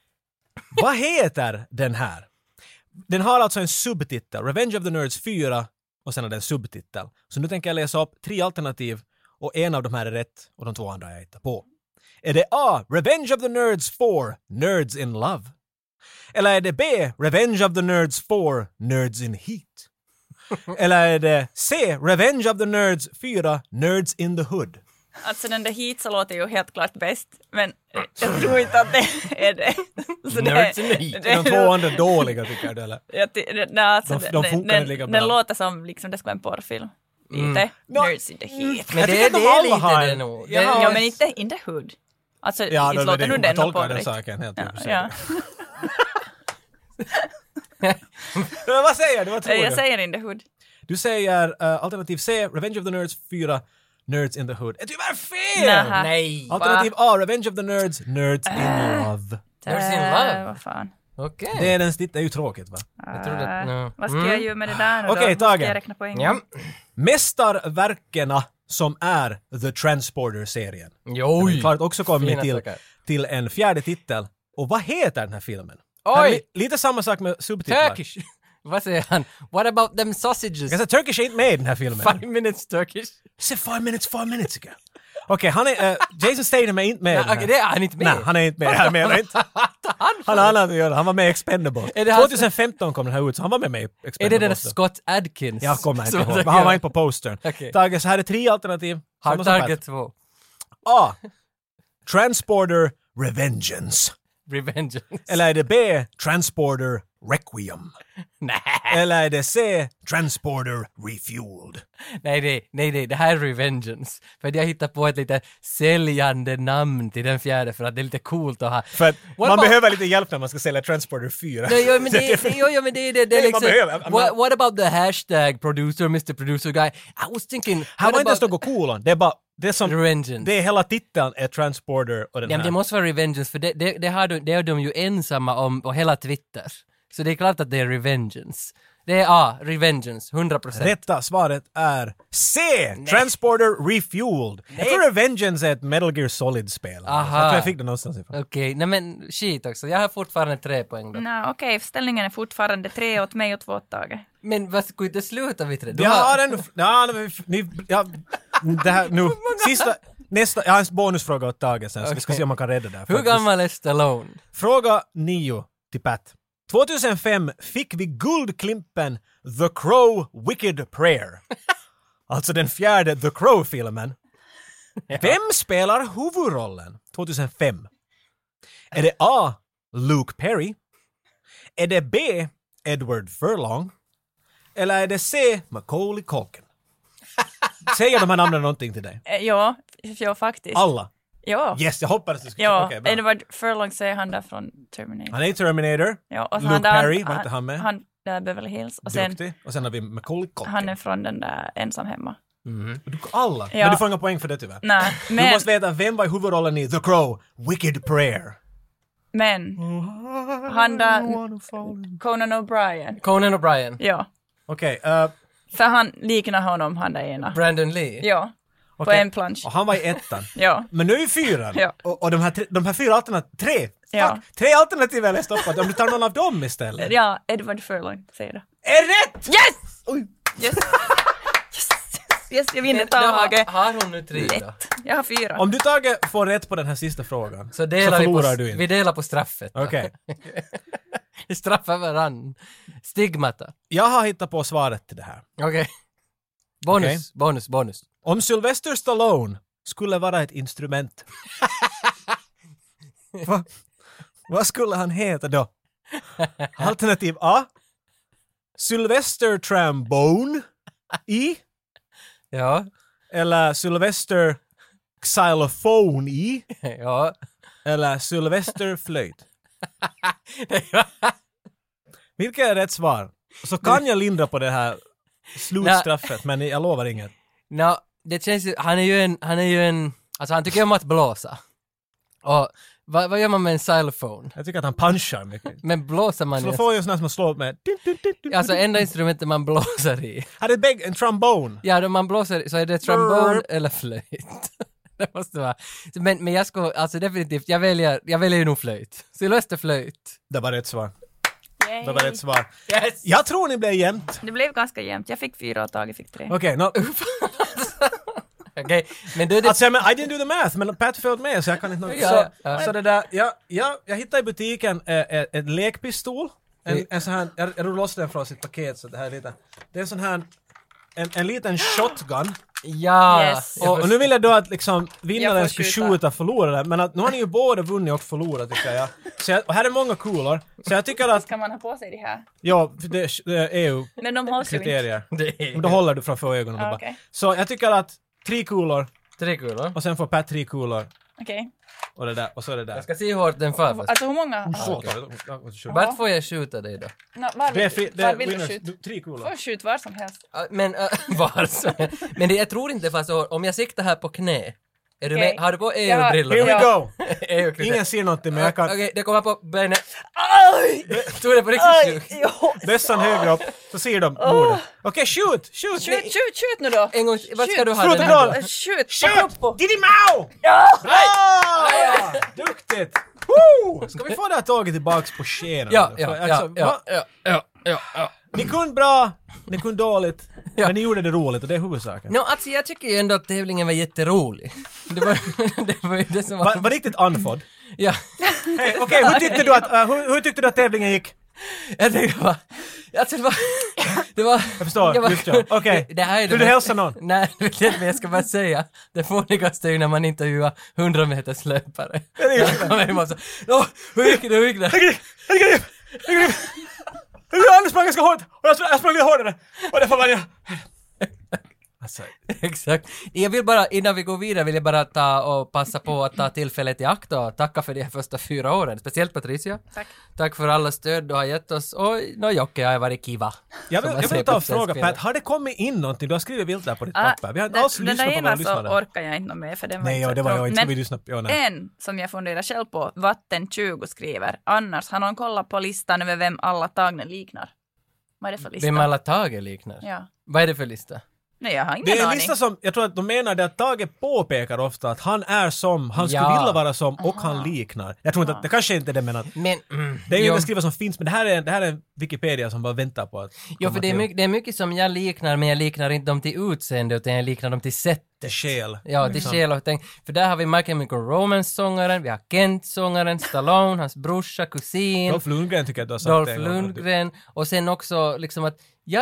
Speaker 2: Vad heter den här? Den har alltså en subtitel. Revenge of the Nerds 4 och sen är det en subtitel. Så nu tänker jag läsa upp 3 alternativ och en av de här är rätt och de 2 andra jag hittar på. Är det A. Revenge of the Nerds 4, Nerds in Love? Eller är det B. Revenge of the Nerds 4, Nerds in Heat? Eller är det C. Revenge of the Nerds 4, Nerds in the Hood?
Speaker 3: Alltså den där hit så låter ju helt klart bäst, men jag tror inte att det är det. Så
Speaker 1: Nerds in the Heat.
Speaker 2: Är de två andra dåliga tycker du eller? De funkar inte lika bra.
Speaker 3: Den låter som liksom det ska vara en porrfilm. Lite. Nerds in the Heat.
Speaker 1: Men
Speaker 2: Jag
Speaker 1: det
Speaker 2: tycker att de
Speaker 1: är
Speaker 2: alla
Speaker 1: lite
Speaker 2: har
Speaker 1: det
Speaker 2: en-
Speaker 1: nog.
Speaker 2: Ja.
Speaker 3: Ja, men inte in the hood. Alltså,
Speaker 2: Ja,
Speaker 3: inte låter nu
Speaker 2: man
Speaker 3: den
Speaker 2: tolkar
Speaker 3: på
Speaker 2: den
Speaker 3: riktigt.
Speaker 2: saken helt
Speaker 3: Ja.
Speaker 2: Men vad säger du? Vad tror
Speaker 3: Jag
Speaker 2: du?
Speaker 3: säger in the hood.
Speaker 2: Du säger alternativ C, Revenge of the Nerds 4, Nerds in the Hood. Är tyvärr fel!
Speaker 3: Nähä.
Speaker 1: Nej.
Speaker 2: Alternativ A, Revenge of the Nerds, Nerds in Love.
Speaker 1: Nerds in Love.
Speaker 3: Vad fan.
Speaker 1: Okej.
Speaker 2: Det är ju tråkigt va?
Speaker 1: Jag trodde att... no.
Speaker 3: Vad ska jag göra med det där nu
Speaker 2: Okej,
Speaker 3: då? Hur
Speaker 2: Tage.
Speaker 3: ska jag räkna poäng?
Speaker 1: Ja.
Speaker 2: Mästarverkena som är The Transporter-serien.
Speaker 1: Jo.
Speaker 2: Den har klart också kommit
Speaker 1: Fina
Speaker 2: till,
Speaker 1: saker.
Speaker 2: till en fjärde titel. Och vad heter den här filmen?
Speaker 1: Oj!
Speaker 2: Här är lite samma sak med subtitlar.
Speaker 1: Turkish. Vad säger han? What about them sausages?
Speaker 2: Jag säger Turkish ain't made i den här filmen.
Speaker 1: 5 minutes Turkish.
Speaker 2: Say 5 minutes ago. Okej, han är... Jason Statham är inte med i den här.
Speaker 1: Okej, det är han inte med.
Speaker 2: Nej, han är inte med. Jag menar inte. Han har annat att göra. Han var med i Expendables.
Speaker 1: Är det han-
Speaker 2: 2015 kom den här ut, så han var med i Expendables.
Speaker 1: Är det den där
Speaker 2: då.
Speaker 1: Scott Adkins?
Speaker 2: Jag kommer inte
Speaker 1: som
Speaker 2: ihåg,
Speaker 1: jag
Speaker 2: men han var
Speaker 1: gör?
Speaker 2: inte på postern.
Speaker 1: Okej.
Speaker 2: Tage, så här är 3 alternativ.
Speaker 1: Har
Speaker 2: Samma som
Speaker 1: Target
Speaker 2: Pat.
Speaker 1: 2.
Speaker 2: A. Transporter Revengeance.
Speaker 1: Revengeance.
Speaker 2: Eller är det B. Transporter Requiem?
Speaker 1: Nej.
Speaker 2: Eller är det C. Transporter Refueled?
Speaker 1: Nej, det här är Revengeance. För att jag hittar på ett lite säljande namn till den fjärde för att det är lite coolt att ha.
Speaker 2: För att
Speaker 1: What
Speaker 2: man
Speaker 1: about-
Speaker 2: behöver lite hjälp när man ska sälja Transporter 4.
Speaker 1: Nej, jo, men det är
Speaker 2: Det
Speaker 1: liksom...
Speaker 2: man behöver.
Speaker 1: What about the hashtag producer, Mr. Producer guy? I was thinking...
Speaker 2: Här
Speaker 1: what
Speaker 2: var inte ens
Speaker 1: about
Speaker 2: något kolon. Det är bara... Det är som...
Speaker 1: Revengeance.
Speaker 2: Det är hela titeln är Transporter och den
Speaker 1: Ja, men det
Speaker 2: här.
Speaker 1: måste vara Revengeance för det är de ju ensamma om på hela Twitter. Så det är klart att det är Revengeance. Det är A, Revengeance, 100%.
Speaker 2: Rätta svaret är C! Transporter Refueled. Jag tror Revengeance är ett Metal Gear Solid-spel.
Speaker 1: Aha.
Speaker 2: Jag tror jag fick det någonstans ifrån.
Speaker 1: Okej, nej men shit också. Jag har fortfarande 3 poäng då.
Speaker 3: Nej, okej, ställningen är fortfarande 3 åt mig och 2 åt Tage.
Speaker 1: Men vad skulle inte sluta vid 3?
Speaker 2: Jag har ändå... Det här nu... Nästa... Jag har en bonusfråga åt Tage sen, så vi ska se om man kan rädda det här.
Speaker 1: Hur gammal är Stallone?
Speaker 2: Fråga 9 till Pat. 2005 fick vi guldklimpen The Crow Wicked Prayer. Alltså den fjärde The Crow-filmen. Vem spelar huvudrollen 2005? Är det A. Luke Perry? Är det B. Edward Furlong? Eller är det C. Macaulay Culkin? Säger de här namnen någonting till dig?
Speaker 3: Ja, faktiskt.
Speaker 2: Alla?
Speaker 3: Ja.
Speaker 2: Yes, jag hoppades du skulle
Speaker 3: Ja,
Speaker 2: Okej, bra.
Speaker 3: Edward Furlong säger han där från Terminator.
Speaker 2: Han är i Terminator.
Speaker 3: Ja, och så
Speaker 2: Luke
Speaker 3: han där,
Speaker 2: Perry, var inte han med?
Speaker 3: Han där Beverly Hills. Och sen,
Speaker 2: Duktig. Och sen har vi Macaulay Culkin.
Speaker 3: han är från den där ensam hemma.
Speaker 2: Alla?
Speaker 3: Ja.
Speaker 2: Men du får inga poäng för det tyvärr.
Speaker 3: Nej,
Speaker 2: Du
Speaker 3: men,
Speaker 2: måste veta vem var i huvudrollen i The Crow, Wicked Prayer.
Speaker 3: men han där, Conan O'Brien.
Speaker 1: Conan O'Brien.
Speaker 3: Ja,
Speaker 2: Okej,
Speaker 3: för han liknar honom, han där ena.
Speaker 1: Brandon Lee.
Speaker 3: Ja, på
Speaker 2: okej.
Speaker 3: en plansch.
Speaker 2: Och han var i ettan.
Speaker 3: Ja.
Speaker 2: Men nu är vi 4.
Speaker 3: Ja.
Speaker 2: Och de här 4 alternativen, 3.
Speaker 3: Ja.
Speaker 2: Fuck, 3 alternativ är stoppat. Om du tar någon av dem istället.
Speaker 3: Ja, Edward Furlong säger det.
Speaker 2: Är rätt!
Speaker 3: Yes! Yes! Yes, jag vinner Tage.
Speaker 1: Har hon nu 3 då?
Speaker 3: Lätt. Jag har 4.
Speaker 2: Om du Tage får rätt på den här sista frågan
Speaker 1: Så delar
Speaker 2: förlorar
Speaker 1: vi
Speaker 2: du
Speaker 1: på,
Speaker 2: inte.
Speaker 1: vi delar på straffet. då.
Speaker 2: Okej.
Speaker 1: Vi straffar varann. Stigmata.
Speaker 2: Jag har hittat på svaret till det här.
Speaker 1: Okej. Bonus.
Speaker 2: Om Sylvester Stallone skulle vara ett instrument. Vad skulle han heta då? Alternativ A. Sylvester Trombone i.
Speaker 1: Ja.
Speaker 2: Eller Sylvester Xylophone i.
Speaker 1: Ja.
Speaker 2: Eller Sylvester Flöjt. Vilka är rätt svar? Så kan jag lindra på det här slutstraffet, men jag lovar inget.
Speaker 1: No, det känns ju, han är ju en, alltså han tycker om att blåsa. Och vad gör man med en xylophone?
Speaker 2: Jag tycker att han punchar mycket.
Speaker 1: Men blåser man
Speaker 2: Så får jag sån här som man slår med.
Speaker 1: alltså enda instrumentet man blåser i.
Speaker 2: Här är en trombone.
Speaker 1: Ja, då man blåser så är det trombone eller flöjt. Det måste vara. Men jag ska, alltså definitivt, jag väljer ju nog flöjt. Sylvester flöjt.
Speaker 2: Det var rätt svar.
Speaker 3: Yay.
Speaker 2: Det var rätt svar.
Speaker 1: Yes!
Speaker 2: Jag tror ni blev jämnt.
Speaker 3: Det blev ganska jämnt. Jag fick 4 och Tage fick 3.
Speaker 2: Okej,
Speaker 1: Okej, men du...
Speaker 2: Alltså, I didn't do the math, men Pat följde med så jag kan inte... Så det där, jag hittade i butiken en lekpistol. En sån här, jag rullar loss den från sitt paket så det här är lite... Det är en sån här, en liten shotgun.
Speaker 1: Ja!
Speaker 3: Yes.
Speaker 2: Och nu vill jag då att liksom vinnaren
Speaker 3: Jag får
Speaker 2: skulle
Speaker 3: skjuta.
Speaker 2: skjuta förloraren, men att nu har ni ju både vunnit och förlorat tycker jag. Och här är många kulor, så jag tycker att...
Speaker 3: Ska man ha på sig det här?
Speaker 2: Ja, det är EU-kriterier.
Speaker 3: Men de hålls ju inte.
Speaker 2: Men då håller du framför ögonen.
Speaker 3: Ah,
Speaker 2: bara.
Speaker 3: okej.
Speaker 2: Så jag tycker att 3 kulor,
Speaker 1: 3 kulor.
Speaker 2: och sen får Pat 3 kulor,
Speaker 3: Okej.
Speaker 2: och det där, och så är det där.
Speaker 1: Jag ska se hur hårt den far fast.
Speaker 3: Alltså hur många?
Speaker 1: Vart får jag skjuta dig då?
Speaker 2: Det är fri, det
Speaker 3: var
Speaker 2: är
Speaker 3: vill du
Speaker 2: winners,
Speaker 3: skjuta?
Speaker 2: 3 kulor.
Speaker 3: Får skjut var som helst.
Speaker 1: Men var så? Men jag tror inte fast om jag siktar här på knä. Är du
Speaker 3: Okej.
Speaker 1: med? Har du på
Speaker 3: Jag har-
Speaker 1: EU-brillor?
Speaker 2: Here we
Speaker 3: Ja.
Speaker 2: go!
Speaker 1: EU-kriterier.
Speaker 2: Ingen ser någonting, men jag kan...
Speaker 1: Okej, det kommer på benet.
Speaker 3: Aj!
Speaker 1: Tog det på riktigt sjukt?
Speaker 3: Jo.
Speaker 2: Bässan högre upp, så ser de bordet. Okej, shoot!
Speaker 3: Skjut nu då!
Speaker 1: En gång, vad ska du ha
Speaker 2: Skjut
Speaker 1: den
Speaker 2: då!
Speaker 1: här då?
Speaker 3: Skjut!
Speaker 2: Shoot! Didi Mao!
Speaker 3: Ja!
Speaker 2: Ah! Duktigt! Woo! Ska vi få det här tåget tillbaks på skenen?
Speaker 1: Ja,
Speaker 2: För,
Speaker 1: ja,
Speaker 2: alltså,
Speaker 1: ja,
Speaker 2: va?
Speaker 1: ja.
Speaker 2: Ni kunde bra, ni kunde dåligt,
Speaker 1: Ja.
Speaker 2: men ni gjorde det roligt och det är huvudsaken.
Speaker 1: No, alltså jag tycker ju ändå att tävlingen var jätterolig. Det var ju det som
Speaker 2: Var riktigt andfådd.
Speaker 1: Ja.
Speaker 2: Hey, okej, hur tyckte du att tävlingen gick?
Speaker 1: Jag tänkte bara... Alltså det var...
Speaker 2: Jag förstår, just ja. Okej.
Speaker 1: Det här är det
Speaker 2: Vill du hälsa någon?
Speaker 1: Nej, men jag ska bara säga. Det fånigaste är ju när man intervjuar 100 meters löpare. Hur gick det?
Speaker 2: Anders sprang ganska hårt och jag sprang lite hårdare och därför vann jag. Alltså,
Speaker 1: Exakt. Jag vill bara, innan vi går vidare, vill jag bara ta och passa på att ta tillfället i akt och tacka för de här första 4 åren. Speciellt Patricia.
Speaker 3: Tack.
Speaker 1: Tack för alla stöd du har gett oss. Och Jocke har varit kiva.
Speaker 2: jag
Speaker 1: Som man
Speaker 2: vill
Speaker 1: säger
Speaker 2: ta
Speaker 1: på
Speaker 2: och fråga
Speaker 1: svensk
Speaker 2: Pat, har det kommit in någonting? Du har skrivit vilt där på ditt
Speaker 3: Ah,
Speaker 2: papper. Vi har inte alls
Speaker 3: den där
Speaker 2: lyssnat på våra
Speaker 3: ena så
Speaker 2: lyssnare.
Speaker 3: orkar jag inte med för den var
Speaker 2: Nej,
Speaker 3: inte
Speaker 2: ja, det var jag inte. Ska
Speaker 3: Men
Speaker 2: vi lyssna på? Ja, nej.
Speaker 3: en som jag funderar själv på, Vatten 20 skriver, annars har någon kollat på listan över vem alla tagna liknar. Vad är det för lista?
Speaker 1: Vem alla Tage liknar.
Speaker 3: Ja.
Speaker 1: Vad är det för lista?
Speaker 3: Nej, jag har ingen
Speaker 2: Det är en
Speaker 3: aning.
Speaker 2: lista som, jag tror att de menar det att Tage påpekar ofta att han är som, han skulle
Speaker 1: Ja.
Speaker 2: vilja vara som och han liknar. Jag tror inte att, det kanske inte är det men att
Speaker 1: Men...
Speaker 2: det är ju
Speaker 1: jo.
Speaker 2: inte skrivet som finns, men det här är en Wikipedia som bara väntar på att
Speaker 1: Jo,
Speaker 2: komma
Speaker 1: för det är,
Speaker 2: till.
Speaker 1: det är mycket som jag liknar, men jag liknar inte dem till utseende, utan jag liknar dem till sätt.
Speaker 2: Det själ.
Speaker 1: Ja, till
Speaker 2: Liksom.
Speaker 1: själ och tänk. För där har vi My Chemical Romance-sångaren, vi har Kent-sångaren, Stallone, hans brorsa, kusin,
Speaker 2: Dolph Lundgren tycker jag du har sagt
Speaker 1: Dolph
Speaker 2: det en gång.
Speaker 1: Lundgren, och sen också liksom att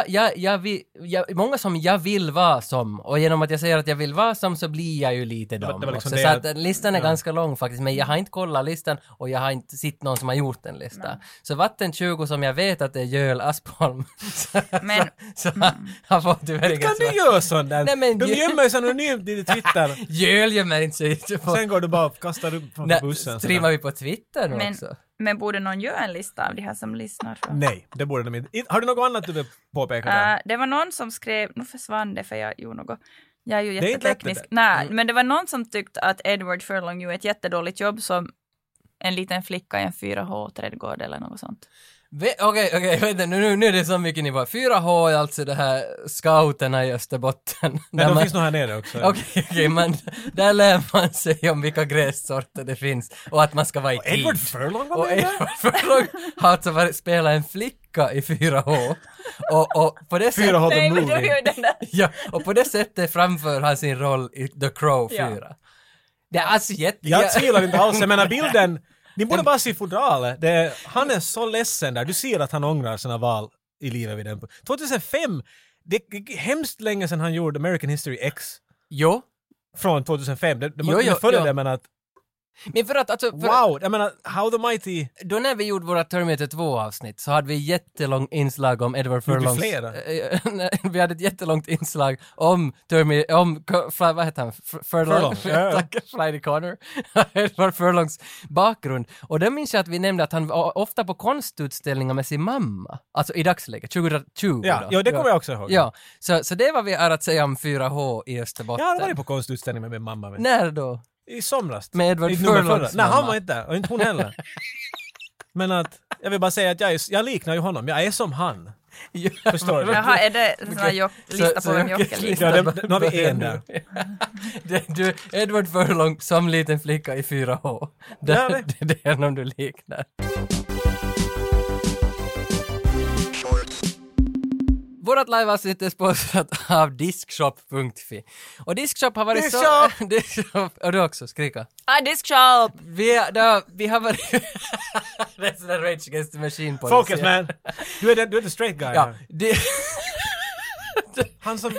Speaker 1: många som jag vill vara som, och genom att jag säger att jag vill vara som så blir jag ju lite dem.
Speaker 2: det var liksom
Speaker 1: också.
Speaker 2: det
Speaker 1: Så
Speaker 2: att-
Speaker 1: att listan är
Speaker 2: ja.
Speaker 1: ganska lång faktiskt, men jag har inte kollat listan och jag har inte sett någon som har gjort en lista. Så Vatten 20 som jag vet att det är Jöl Aspholm,
Speaker 3: Men-
Speaker 1: så har fått tyvärr inget
Speaker 2: Kan du
Speaker 1: svar.
Speaker 2: göra sånt där?
Speaker 1: Nej, men-
Speaker 2: De gömmer ju så anonymt i Twitter.
Speaker 1: Jöl gömmer inte sig.
Speaker 2: Sen går du bara och kastar upp från bussen.
Speaker 1: Streamar vi på Twitter nu
Speaker 3: Men,
Speaker 1: också?
Speaker 3: men borde någon göra en lista av de här som lyssnar? För?
Speaker 2: Nej, det borde de inte. Har du något annat du vill påpeka där?
Speaker 3: Det var någon som skrev, nu försvann det för jag gjorde något. Jag är ju
Speaker 2: är inte
Speaker 3: jätteteknisk.
Speaker 2: lätt
Speaker 3: Nej, men det var någon som tyckte att Edward Furlong gjorde ett jättedåligt jobb som en liten flicka i en 4H-trädgård eller något sånt.
Speaker 1: Okej, vänta, nu är det så mycket nivå. 4H är alltså det här scouterna i Österbotten.
Speaker 2: Nej,
Speaker 1: Där
Speaker 2: de
Speaker 1: man-
Speaker 2: finns nog här nere också.
Speaker 1: Okej, men där lär man sig om vilka grässorter det finns och att man ska vara i tid.
Speaker 2: Edward Furlong var
Speaker 1: Och
Speaker 2: med där?
Speaker 1: Edward Furlong har alltså spelat en flicka i 4H. Och på det sättet...
Speaker 2: 4H the
Speaker 3: Nej, men det var
Speaker 2: movie.
Speaker 3: ju den där.
Speaker 1: Ja, och på det sättet framför han sin roll i The Crow 4.
Speaker 3: Ja.
Speaker 1: Det är alltså
Speaker 2: Jag tvivlar inte alls. Jag menar bilden, ni borde bara se fodralet. Han är så ledsen där. Du ser att han ångrar sina val i livet vid den. 2005, det är hemskt länge sedan han gjorde American History X.
Speaker 1: Jo,
Speaker 2: Från 2005. Det
Speaker 1: Jo,
Speaker 2: måste
Speaker 1: jo,
Speaker 2: följa
Speaker 1: jo.
Speaker 2: det, men att
Speaker 1: men för att alltså...
Speaker 2: wow, jag menar How the Mighty.
Speaker 1: Då när vi gjorde våra Terminator 2-avsnitt så hade vi jättelång inslag om Edward
Speaker 2: Gjorde vi
Speaker 1: Furlongs...
Speaker 2: flera?
Speaker 1: Vi hade ett jättelångt inslag om vad heter han?
Speaker 2: Furlong, ja.
Speaker 1: Tack, Flighty Connor. Edward Furlongs bakgrund. Och då minns jag att vi nämnde att han var ofta på konstutställningar med sin mamma. Alltså i dagsläget, 2020
Speaker 2: Ja,
Speaker 1: då.
Speaker 2: ja, det kommer jag också ihåg.
Speaker 1: Ja, så det var vi är att säga om 4H i Österbotten.
Speaker 2: Jag har varit på konstutställning med min mamma.
Speaker 1: När då?
Speaker 2: I somras.
Speaker 1: Med Edward
Speaker 2: I nummer
Speaker 1: Furlongs
Speaker 2: förra. Nej, han
Speaker 1: mamma.
Speaker 2: var inte där. Och inte hon heller. Men att, jag vill bara säga att jag liknar ju honom. Jag är som han.
Speaker 1: Ja,
Speaker 2: Förstår du?
Speaker 3: Jaha, är det sån här lista på vem Jocke liknar?
Speaker 2: Ja, nu har vi en där.
Speaker 1: Du, Edward Furlong som liten flicka i 4H.
Speaker 2: Ja,
Speaker 1: Det är någon du liknar. Vårat liveavsnitt är sponsrat av Diskshop.fi. Och Diskshop har varit
Speaker 2: Diskshop!
Speaker 1: Diskshop! Och du också, skrika.
Speaker 3: Diskshop!
Speaker 1: Vi har varit... Det är sån där Rage Against the Machine på
Speaker 2: Focus man! Du är the straight guy
Speaker 1: Ja,
Speaker 2: här. Han som...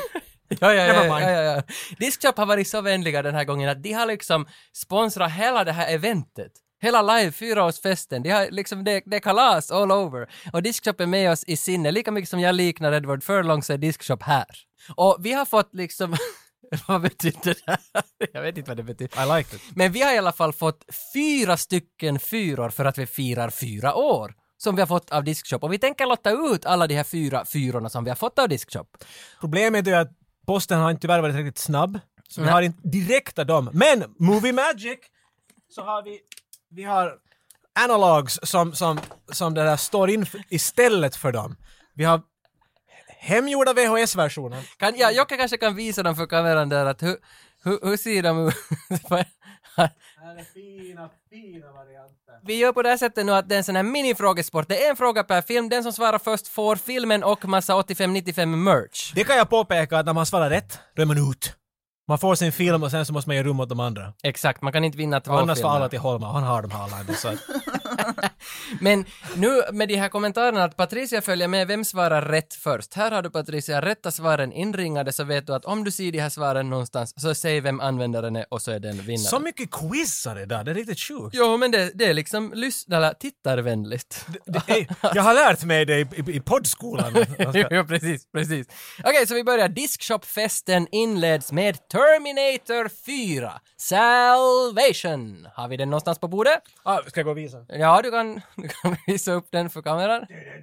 Speaker 1: Ja. Diskshop har varit så vänliga den här gången att de har liksom sponsrat hela det här eventet. Hela live 4-årsfesten. De har liksom, det är kalas all over. Och Diskshop är med oss i sinne. Lika mycket som jag liknar Edward Furlong så är Diskshop här. Och vi har fått liksom... Vad betyder det här? Jag vet inte vad det betyder.
Speaker 2: I like it.
Speaker 1: Men vi har i alla fall fått 4 stycken 4 för att vi firar 4 år. Som vi har fått av Diskshop. Och vi tänker lotta ut alla de här 4 fyrorna som vi har fått av Diskshop.
Speaker 2: Problemet är att posten har inte tyvärr varit riktigt snabb. Så vi har inte direkta dem. Men Movie Magic så har vi har analogs som det där står in istället för dem. Vi har hemgjorda VHS-versioner.
Speaker 1: Jag kanske kan visa dem för kameran där att hur ser de ut?
Speaker 2: Här är fina varianter.
Speaker 1: Vi gör på det här sättet nu att det är en sån här minifrågesport. Det är en fråga per film. Den som svarar först får filmen och massa 85-95 merch.
Speaker 2: Det kan jag påpeka att när man svarar rätt, då är man ut. Man får sin film och sen så måste man ge rum åt de andra.
Speaker 1: Exakt, man kan inte vinna 2
Speaker 2: Annars
Speaker 1: filmer.
Speaker 2: får alla till Holma, han har de här alla. Så att...
Speaker 1: Men nu med de här kommentarerna att Patricia följer med, vem svarar rätt först? Här har du Patricia, rätta svaren inringade så vet du att om du ser de här svaren någonstans så säg vem användaren är och så är den vinnaren.
Speaker 2: Så mycket quizar idag, det är riktigt sjukt.
Speaker 1: Jo, men det är liksom tittarvänligt.
Speaker 2: Jag har lärt mig det i poddskolan.
Speaker 1: Jo, precis. Okej, så vi börjar. Diskshop-festen inleds med Terminator 4. Salvation. Har vi den någonstans på bordet?
Speaker 2: Ska jag gå och visa?
Speaker 1: Ja, du kan visa upp den för kameran.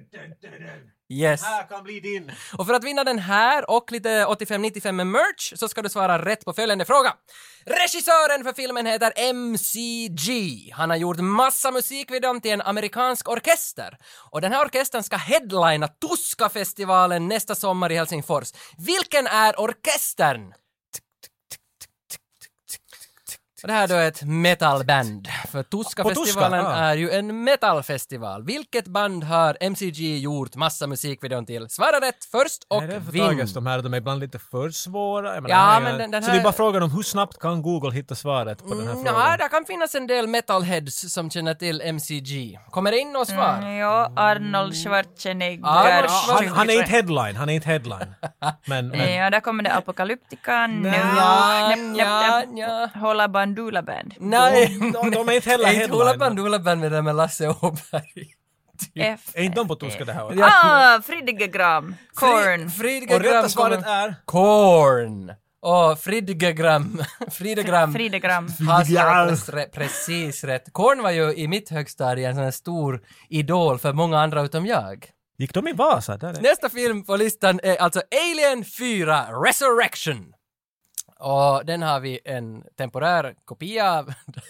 Speaker 1: Yes.
Speaker 2: Här kan bli din.
Speaker 1: Och för att vinna den här och lite 85-95 med merch så ska du svara rätt på följande fråga. Regissören för filmen heter MCG. Han har gjort massa musikvideon till en amerikansk orkester. Och den här orkestern ska headlina Tuska-festivalen nästa sommar i Helsingfors. Vilken är orkestern? Och det här då är ett metalband. För Tuska-festivalen är ju en metalfestival. Vilket band har MCG gjort massa musikvideon till? Svara rätt först och vinn.
Speaker 2: De här, de är ibland lite för svåra.
Speaker 1: Men den här...
Speaker 2: Så det är bara frågan om hur snabbt kan Google hitta svaret på den här frågan?
Speaker 1: Ja, det kan finnas en del metalheads som känner till MCG. Kommer det in något svar?
Speaker 3: Ja, Arnold Schwarzenegger.
Speaker 2: Han är inte headline. Men...
Speaker 3: Ja, där kommer det Apocalyptica. Hålla Bandula Band.
Speaker 1: Nej,
Speaker 2: de är inte heller headline.
Speaker 1: Hålla Bandula Band med det med Lasse Åberg.
Speaker 2: Är inte de på tyska det här?
Speaker 3: Friedegram. Korn.
Speaker 2: Och rätta svaret är?
Speaker 1: Korn. Och Friedegram har svarat precis rätt. Korn var ju i mitt högstadie en sån här stor idol för många andra utom jag.
Speaker 2: Gick de i Vasa?
Speaker 1: Nästa film på listan är alltså Alien 4 Resurrection. Och den har vi en temporär kopia av.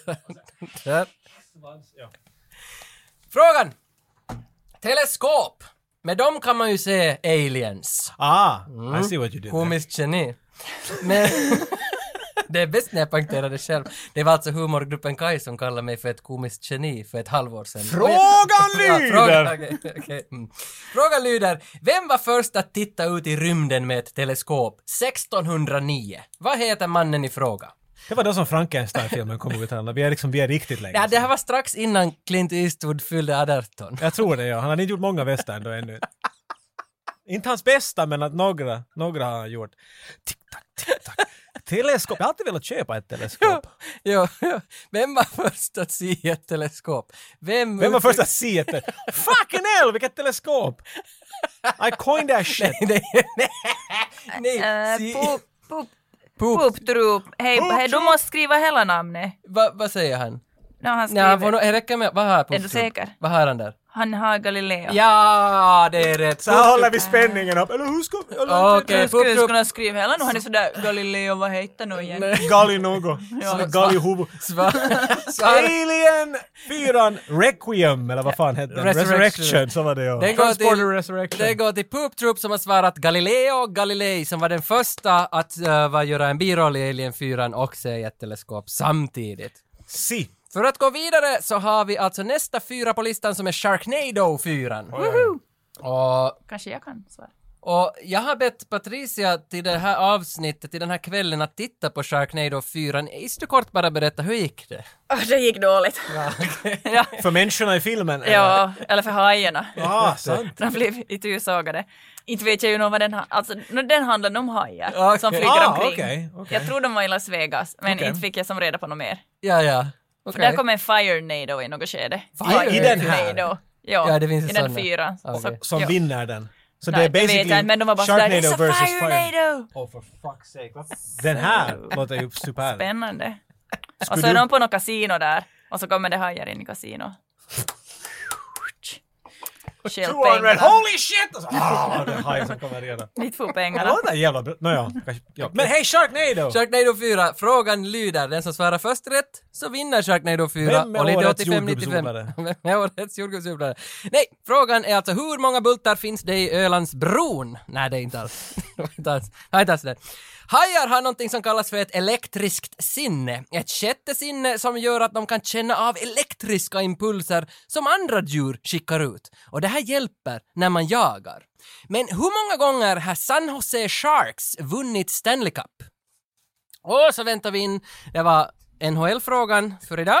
Speaker 1: Frågan! Teleskop. Med dem kan man ju se aliens.
Speaker 2: I see what you did.
Speaker 1: Komiskt geni. Men det är bäst när jag poängterar det själv. Det var alltså humorgruppen Kai som kallade mig för ett komiskt geni för ett halvår sedan.
Speaker 2: Frågan lyder!
Speaker 1: Frågan lyder, vem var först att titta ut i rymden med ett teleskop 1609? Vad heter mannen i fråga?
Speaker 2: Det var då som Frankenstein-filmen kom ut. Vi är riktigt länge.
Speaker 1: Ja, det här var strax innan Clint Eastwood fyllde 18.
Speaker 2: Jag tror det, ja. Han hade inte gjort många western då ännu. Inte hans bästa, men att några har han gjort. Tick-tack, tick-tack. Teleskop. Jag har alltid velat köpa ett teleskop.
Speaker 1: Ja. Vem var först att se ett teleskop? Vem
Speaker 2: var först att se ett teleskop? Fucking hell, vilket teleskop! I coined that shit.
Speaker 1: Nej.
Speaker 3: Poop-troop. Hej, du måste skriva hela namnet.
Speaker 1: Vad säger han?
Speaker 3: No, han skriver.
Speaker 1: Det räcker med, vad har
Speaker 3: Är du säker?
Speaker 1: Vad har han där?
Speaker 3: Han har Galileo.
Speaker 1: Ja, det är rätt.
Speaker 2: Så här håller vi spänningen upp. Eller hur ska vi?
Speaker 3: Du skulle kunna skriva hela nu. Han är sådär Galileo, vad heter nu igen?
Speaker 2: Galinogo. Galihuvo. Alien 4 Requiem, eller vad fan heter den? Resurrection, så var det ju.
Speaker 1: Det går till Poop Troop som har svarat Galileo Galilei som var den första att göra en biroll i Alien 4 och se ett teleskop samtidigt.
Speaker 2: Si.
Speaker 1: För att gå vidare så har vi alltså nästa 4 på listan som är Sharknado 4. Och
Speaker 3: kanske jag kan svara.
Speaker 1: Och jag har bett Patricia till det här avsnittet, till den här kvällen att titta på Sharknado 4. Is du kort bara berätta, hur gick det?
Speaker 3: Det gick dåligt.
Speaker 1: Ja, okay.
Speaker 3: Ja.
Speaker 2: För människorna i filmen?
Speaker 3: Ja, eller för hajarna.
Speaker 2: Sant.
Speaker 3: De blev itusågade. Inte vet jag ju nog vad den alltså den handlar om hajar
Speaker 1: Okej.
Speaker 3: som flyger omkring.
Speaker 2: Okej.
Speaker 3: Jag tror de var i Las Vegas, men
Speaker 2: Okej.
Speaker 3: inte fick jag som reda på något mer.
Speaker 1: Ja.
Speaker 3: För
Speaker 1: Okay.
Speaker 3: där kom en Firenado i något skede.
Speaker 1: Fire-
Speaker 2: I den här?
Speaker 3: Firenado.
Speaker 1: Ja, det finns
Speaker 3: i
Speaker 1: en
Speaker 3: den
Speaker 1: sån,
Speaker 3: 4.
Speaker 1: Okej.
Speaker 2: Som
Speaker 3: Ja.
Speaker 2: vinner den. Så
Speaker 3: Nej,
Speaker 2: det är
Speaker 3: det vet
Speaker 2: basically
Speaker 3: jag inte, men de var bara sådär,
Speaker 2: Sharknado
Speaker 3: it's a
Speaker 2: versus
Speaker 3: Firenado!
Speaker 2: Oh, for fuck's sake. Va? Den här låter ju super.
Speaker 3: Spännande. Och
Speaker 2: Skulle
Speaker 3: så är
Speaker 2: du-
Speaker 3: de på något kasino där. Och så kommer det hajar in i kasino.
Speaker 2: 200, holy shit! Och så, det är haj som kommer redan.
Speaker 3: Mitt får
Speaker 2: Det
Speaker 3: pengarna.
Speaker 2: låter jävla bra. Nåja, kanske. Ja. Men hej Sharknado!
Speaker 1: Sharknado 4, frågan lyder, den som svarar först rätt så vinner Sharknado 4.
Speaker 2: Vem är
Speaker 1: och lite
Speaker 2: årets
Speaker 1: 85-95.
Speaker 2: jordgubbsodlare?
Speaker 1: Vem är årets jordgubbsodlare? Nej, frågan är alltså hur många bultar finns det i Ölandsbron? Nej, det är inte alls. inte alls det. Hajar har någonting som kallas för ett elektriskt sinne. Ett sjätte sinne som gör att de kan känna av elektriska impulser som andra djur skickar ut. Och det här hjälper när man jagar. Men hur många gånger har San Jose Sharks vunnit Stanley Cup? Och så väntar vi in. Det var NHL-frågan för idag.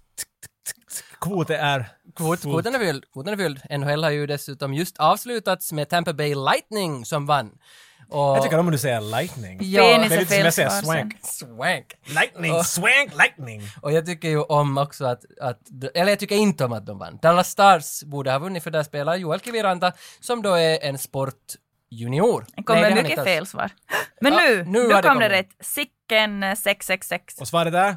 Speaker 2: Kvoten är...
Speaker 1: Kvoten är fylld. NHL har ju dessutom just avslutats med Tampa Bay Lightning som vann. Och
Speaker 2: Jag tycker om du säger lightning.
Speaker 1: Ja,
Speaker 3: Penis
Speaker 2: det är
Speaker 3: är
Speaker 2: lite som jag säger
Speaker 3: fel svar
Speaker 2: swank.
Speaker 1: swank.
Speaker 2: Lightning, swank, lightning.
Speaker 1: Och jag tycker ju om också att eller jag tycker inte om att de vann. Dallas Stars borde ha vunnit för där spelar Joel Kiviranta som då är en sportjunior.
Speaker 3: Det kommer
Speaker 1: Nej, det har
Speaker 3: mycket
Speaker 1: inte
Speaker 3: fel svar. Men
Speaker 1: Ja,
Speaker 3: nu
Speaker 1: nu har det
Speaker 3: kom det
Speaker 1: kommit.
Speaker 3: rätt. Sicken 666.
Speaker 2: Och svaret är?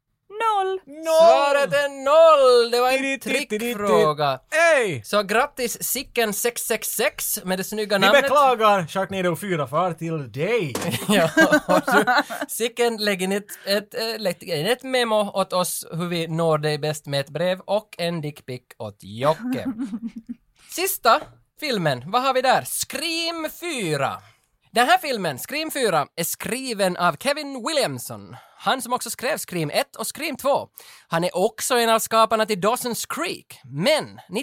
Speaker 3: 0.
Speaker 1: Svaret är 0! Det var en trickfråga.
Speaker 2: Hej!
Speaker 1: Så grattis Sicken 666 med det snygga
Speaker 2: Vi
Speaker 1: namnet.
Speaker 2: beklagar Sharknado 4 far till dig.
Speaker 1: Ja, och du, Sicken lägger in ett memo åt oss hur vi når dig bäst med ett brev och en dickpic åt Jocke. Sista filmen, vad har vi där? Scream 4. Den här filmen, Scream 4, är skriven av Kevin Williamson. Han som också skrev Scream 1 och Scream 2. Han är också en av skaparna till Dawson's Creek. Men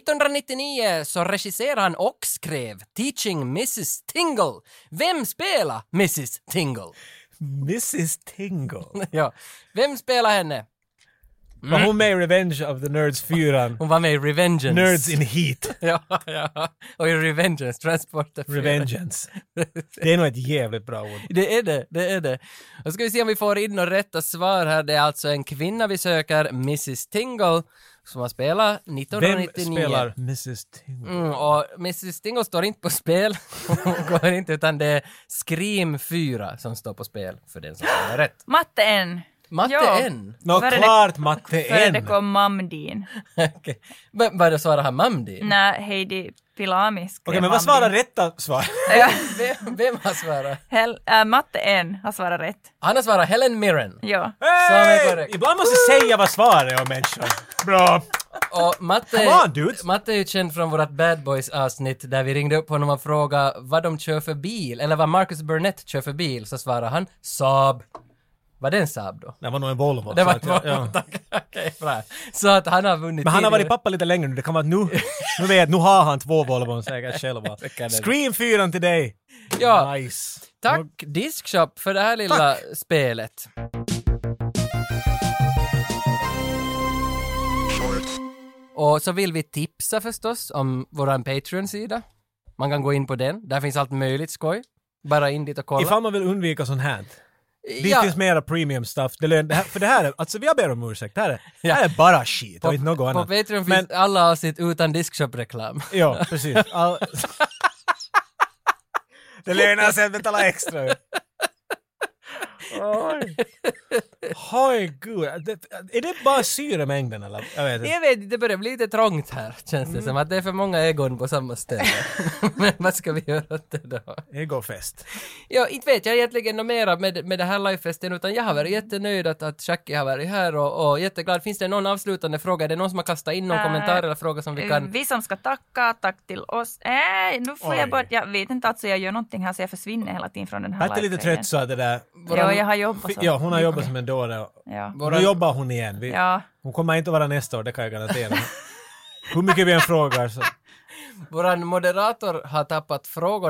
Speaker 1: 1999 så regisserade han och skrev Teaching Mrs. Tingle. Vem spelar Mrs. Tingle?
Speaker 2: Mrs. Tingle.
Speaker 1: Ja, vem spelar henne?
Speaker 2: Var hon med i Revenge of the Nerds 4?
Speaker 1: Hon var med i Revengeance.
Speaker 2: Nerds in Heat.
Speaker 1: Ja. Och i Revengeance, Transporter 4.
Speaker 2: Revengeance. Det är nog ett jävligt bra ord.
Speaker 1: Det är det. Och ska vi se om vi får in några rätta svar här. Det är alltså en kvinna vi söker, Mrs. Tingle, som har spelat 1999.
Speaker 2: Vem spelar Mrs. Tingle?
Speaker 1: Och Mrs. Tingle står inte på spel. Hon går inte, utan det är Scream 4 som står på spel för den som spelar rätt.
Speaker 3: Matte N.
Speaker 1: Matte
Speaker 3: Ja.
Speaker 1: N.
Speaker 2: Nå,
Speaker 3: Före det-
Speaker 2: klart matte
Speaker 3: Före det
Speaker 2: N.
Speaker 3: kom Mamdin.
Speaker 1: Okej. Vad svarar han Mamdi?
Speaker 3: Nej, Heidi Pilami skrev
Speaker 2: Okej, men vad svarar
Speaker 3: Mamdin.
Speaker 2: rätta svar?
Speaker 1: Vem har svarat?
Speaker 3: Matte N har svarat rätt.
Speaker 1: Han har svarat Helen Mirren.
Speaker 3: Ja.
Speaker 1: Som är
Speaker 2: Hey!
Speaker 1: korrekt.
Speaker 2: Ibland måste jag säga vad svaret är om människor. Bra.
Speaker 1: Och Matte,
Speaker 2: Come on, dudes.
Speaker 1: Matte är ju känd från vårt Bad Boys-avsnitt där vi ringde upp honom och frågade vad de kör för bil, eller vad Marcus Burnett kör för bil, så svarade han Saab. Var det en Saab då?
Speaker 2: Det var nog en Volvo.
Speaker 1: Det
Speaker 2: så
Speaker 1: var
Speaker 2: att jag- ja.
Speaker 1: Okej, bra. Så att han har vunnit
Speaker 2: Men han har varit
Speaker 1: tidigare.
Speaker 2: pappa lite längre nu. Det kan vara att nu har han 2 Volvon säkert själva.
Speaker 1: kan det.
Speaker 2: Scream 4 till dig.
Speaker 1: Ja,
Speaker 2: Nice.
Speaker 1: tack Diskshop för det här lilla spelet. Och så vill vi tipsa förstås om våran Patreon-sida. Man kan gå in på den. Där finns allt möjligt skoj. Bara in dit och kolla.
Speaker 2: Ifall man vill undvika sånt här. Det
Speaker 1: Ja.
Speaker 2: finns mera premium stuff. För det här är, alltså vi har ber om ursäkt. Det här är bara skit och inte något
Speaker 1: På
Speaker 2: annat.
Speaker 1: Patreon
Speaker 2: Men-
Speaker 1: finns alla avsnitt utan Diskshop-reklam.
Speaker 2: Ja, precis. Det lönar sig att betala extra. Oj. Oj, gud. Är det bara syremängden eller? Jag vet inte.
Speaker 1: Jag vet, det börjar bli lite trångt här, känns det som. Att det är för många egon på samma ställe. Men vad ska vi göra åt det då?
Speaker 2: Egofest.
Speaker 1: Ja, inte vet jag egentligen något mera med det här livefesten, utan jag har varit jättenöjd att Jackie har varit här och jätteglad. Finns det någon avslutande fråga? Är det någon som har kastat in någon kommentar eller fråga som vi kan...
Speaker 3: Vi som ska tacka, tack till oss. Nu får jag
Speaker 2: Oj.
Speaker 3: bort, jag vet inte, alltså jag gör någonting här så jag försvinner hela tiden från den här
Speaker 2: Jag är lite
Speaker 3: livegrejen.
Speaker 2: trött så att det där...
Speaker 3: Ja, jag har jobbat så.
Speaker 2: Ja, hon har jobbat som en dåre.
Speaker 3: Ja.
Speaker 2: Nu jobbar hon igen.
Speaker 3: Ja.
Speaker 2: Hon kommer inte att vara nästa år, det kan jag garantera. Hur mycket vi än frågar så...
Speaker 1: Våran moderator har tappat frågorna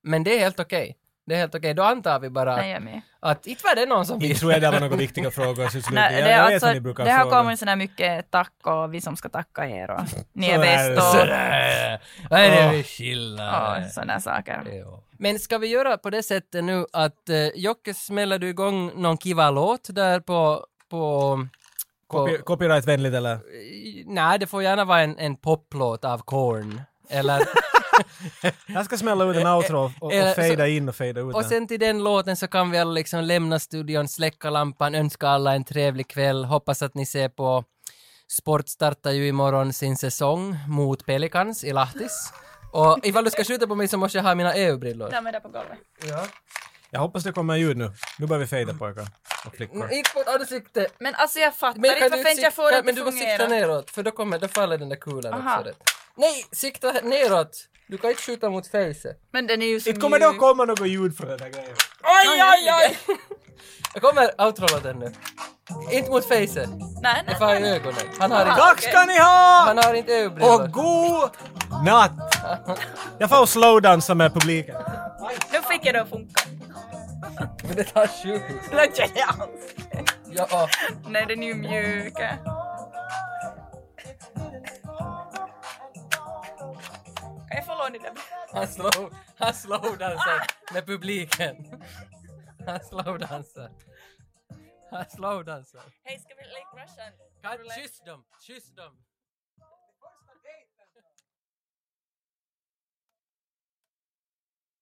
Speaker 1: Men det är helt okej. Det är helt okej. Då antar vi bara
Speaker 3: Nej, jag är med.
Speaker 1: att inte var det någon som
Speaker 2: Jag tror jag det var några viktiga frågor. Så
Speaker 3: Nej,
Speaker 2: jag vet vad ni brukar
Speaker 3: det har
Speaker 2: fråga.
Speaker 3: kommit sådär mycket tack och vi som ska tacka er och ni är
Speaker 2: Så är
Speaker 3: bäst
Speaker 2: det.
Speaker 3: och
Speaker 1: Sådär! Vad är det vi skillar?
Speaker 3: sådana saker.
Speaker 1: Men ska vi göra på det sättet nu att Jocke, smäller du igång någon kiva låt där på
Speaker 2: Copyright-vänligt eller?
Speaker 1: Nej, det får gärna vara en poplåt av Korn. Eller...
Speaker 2: Jag ska smälla ut en outro och fejda in och fejda ut
Speaker 1: Och
Speaker 2: den.
Speaker 1: sen till den låten så kan vi alla liksom lämna studion, släcka lampan, önska alla en trevlig kväll. Hoppas att ni ser på Sport startar ju imorgon sin säsong mot Pelicans i Lahtis. Och ifall du ska skjuta på mig så måste jag ha mina EU-brillor.
Speaker 3: Ta med det på golvet.
Speaker 1: Ja.
Speaker 2: Jag hoppas det kommer ljud nu. Nu börjar vi fejda pojkar och flickor.
Speaker 1: Gick på ett ansikte.
Speaker 3: Men alltså jag fattar
Speaker 1: Men
Speaker 3: inte
Speaker 1: kan
Speaker 3: varför inte jag får det att
Speaker 1: men du måste sikta
Speaker 3: fungera.
Speaker 1: neråt, för då faller den där kulan
Speaker 3: Aha.
Speaker 1: också rätt. Nej, sikta neråt! Du kan inte skjuta mot facet.
Speaker 3: Men den är ju så
Speaker 2: Inte kommer det att komma något ljud från den där grejen.
Speaker 1: Oj! Jag kommer outrolåten nu. Inte mot facet.
Speaker 3: Nej.
Speaker 1: Det får i ögonen. Han har inte,
Speaker 2: Tack ska ni ha!
Speaker 1: han har inte ögonbrillor.
Speaker 2: Och god natt! Jag får slowdansa med publiken.
Speaker 3: Nu fick jag det att funka.
Speaker 1: Men det tar 20.
Speaker 3: Det känner jag alls.
Speaker 1: Ja.
Speaker 3: Nej, den är ju mjuk. Kan jag få låna den?
Speaker 1: Han slowdansar med publiken. Han slowdansar.
Speaker 3: Hej, ska vi leka Russian?
Speaker 1: Kyss dem.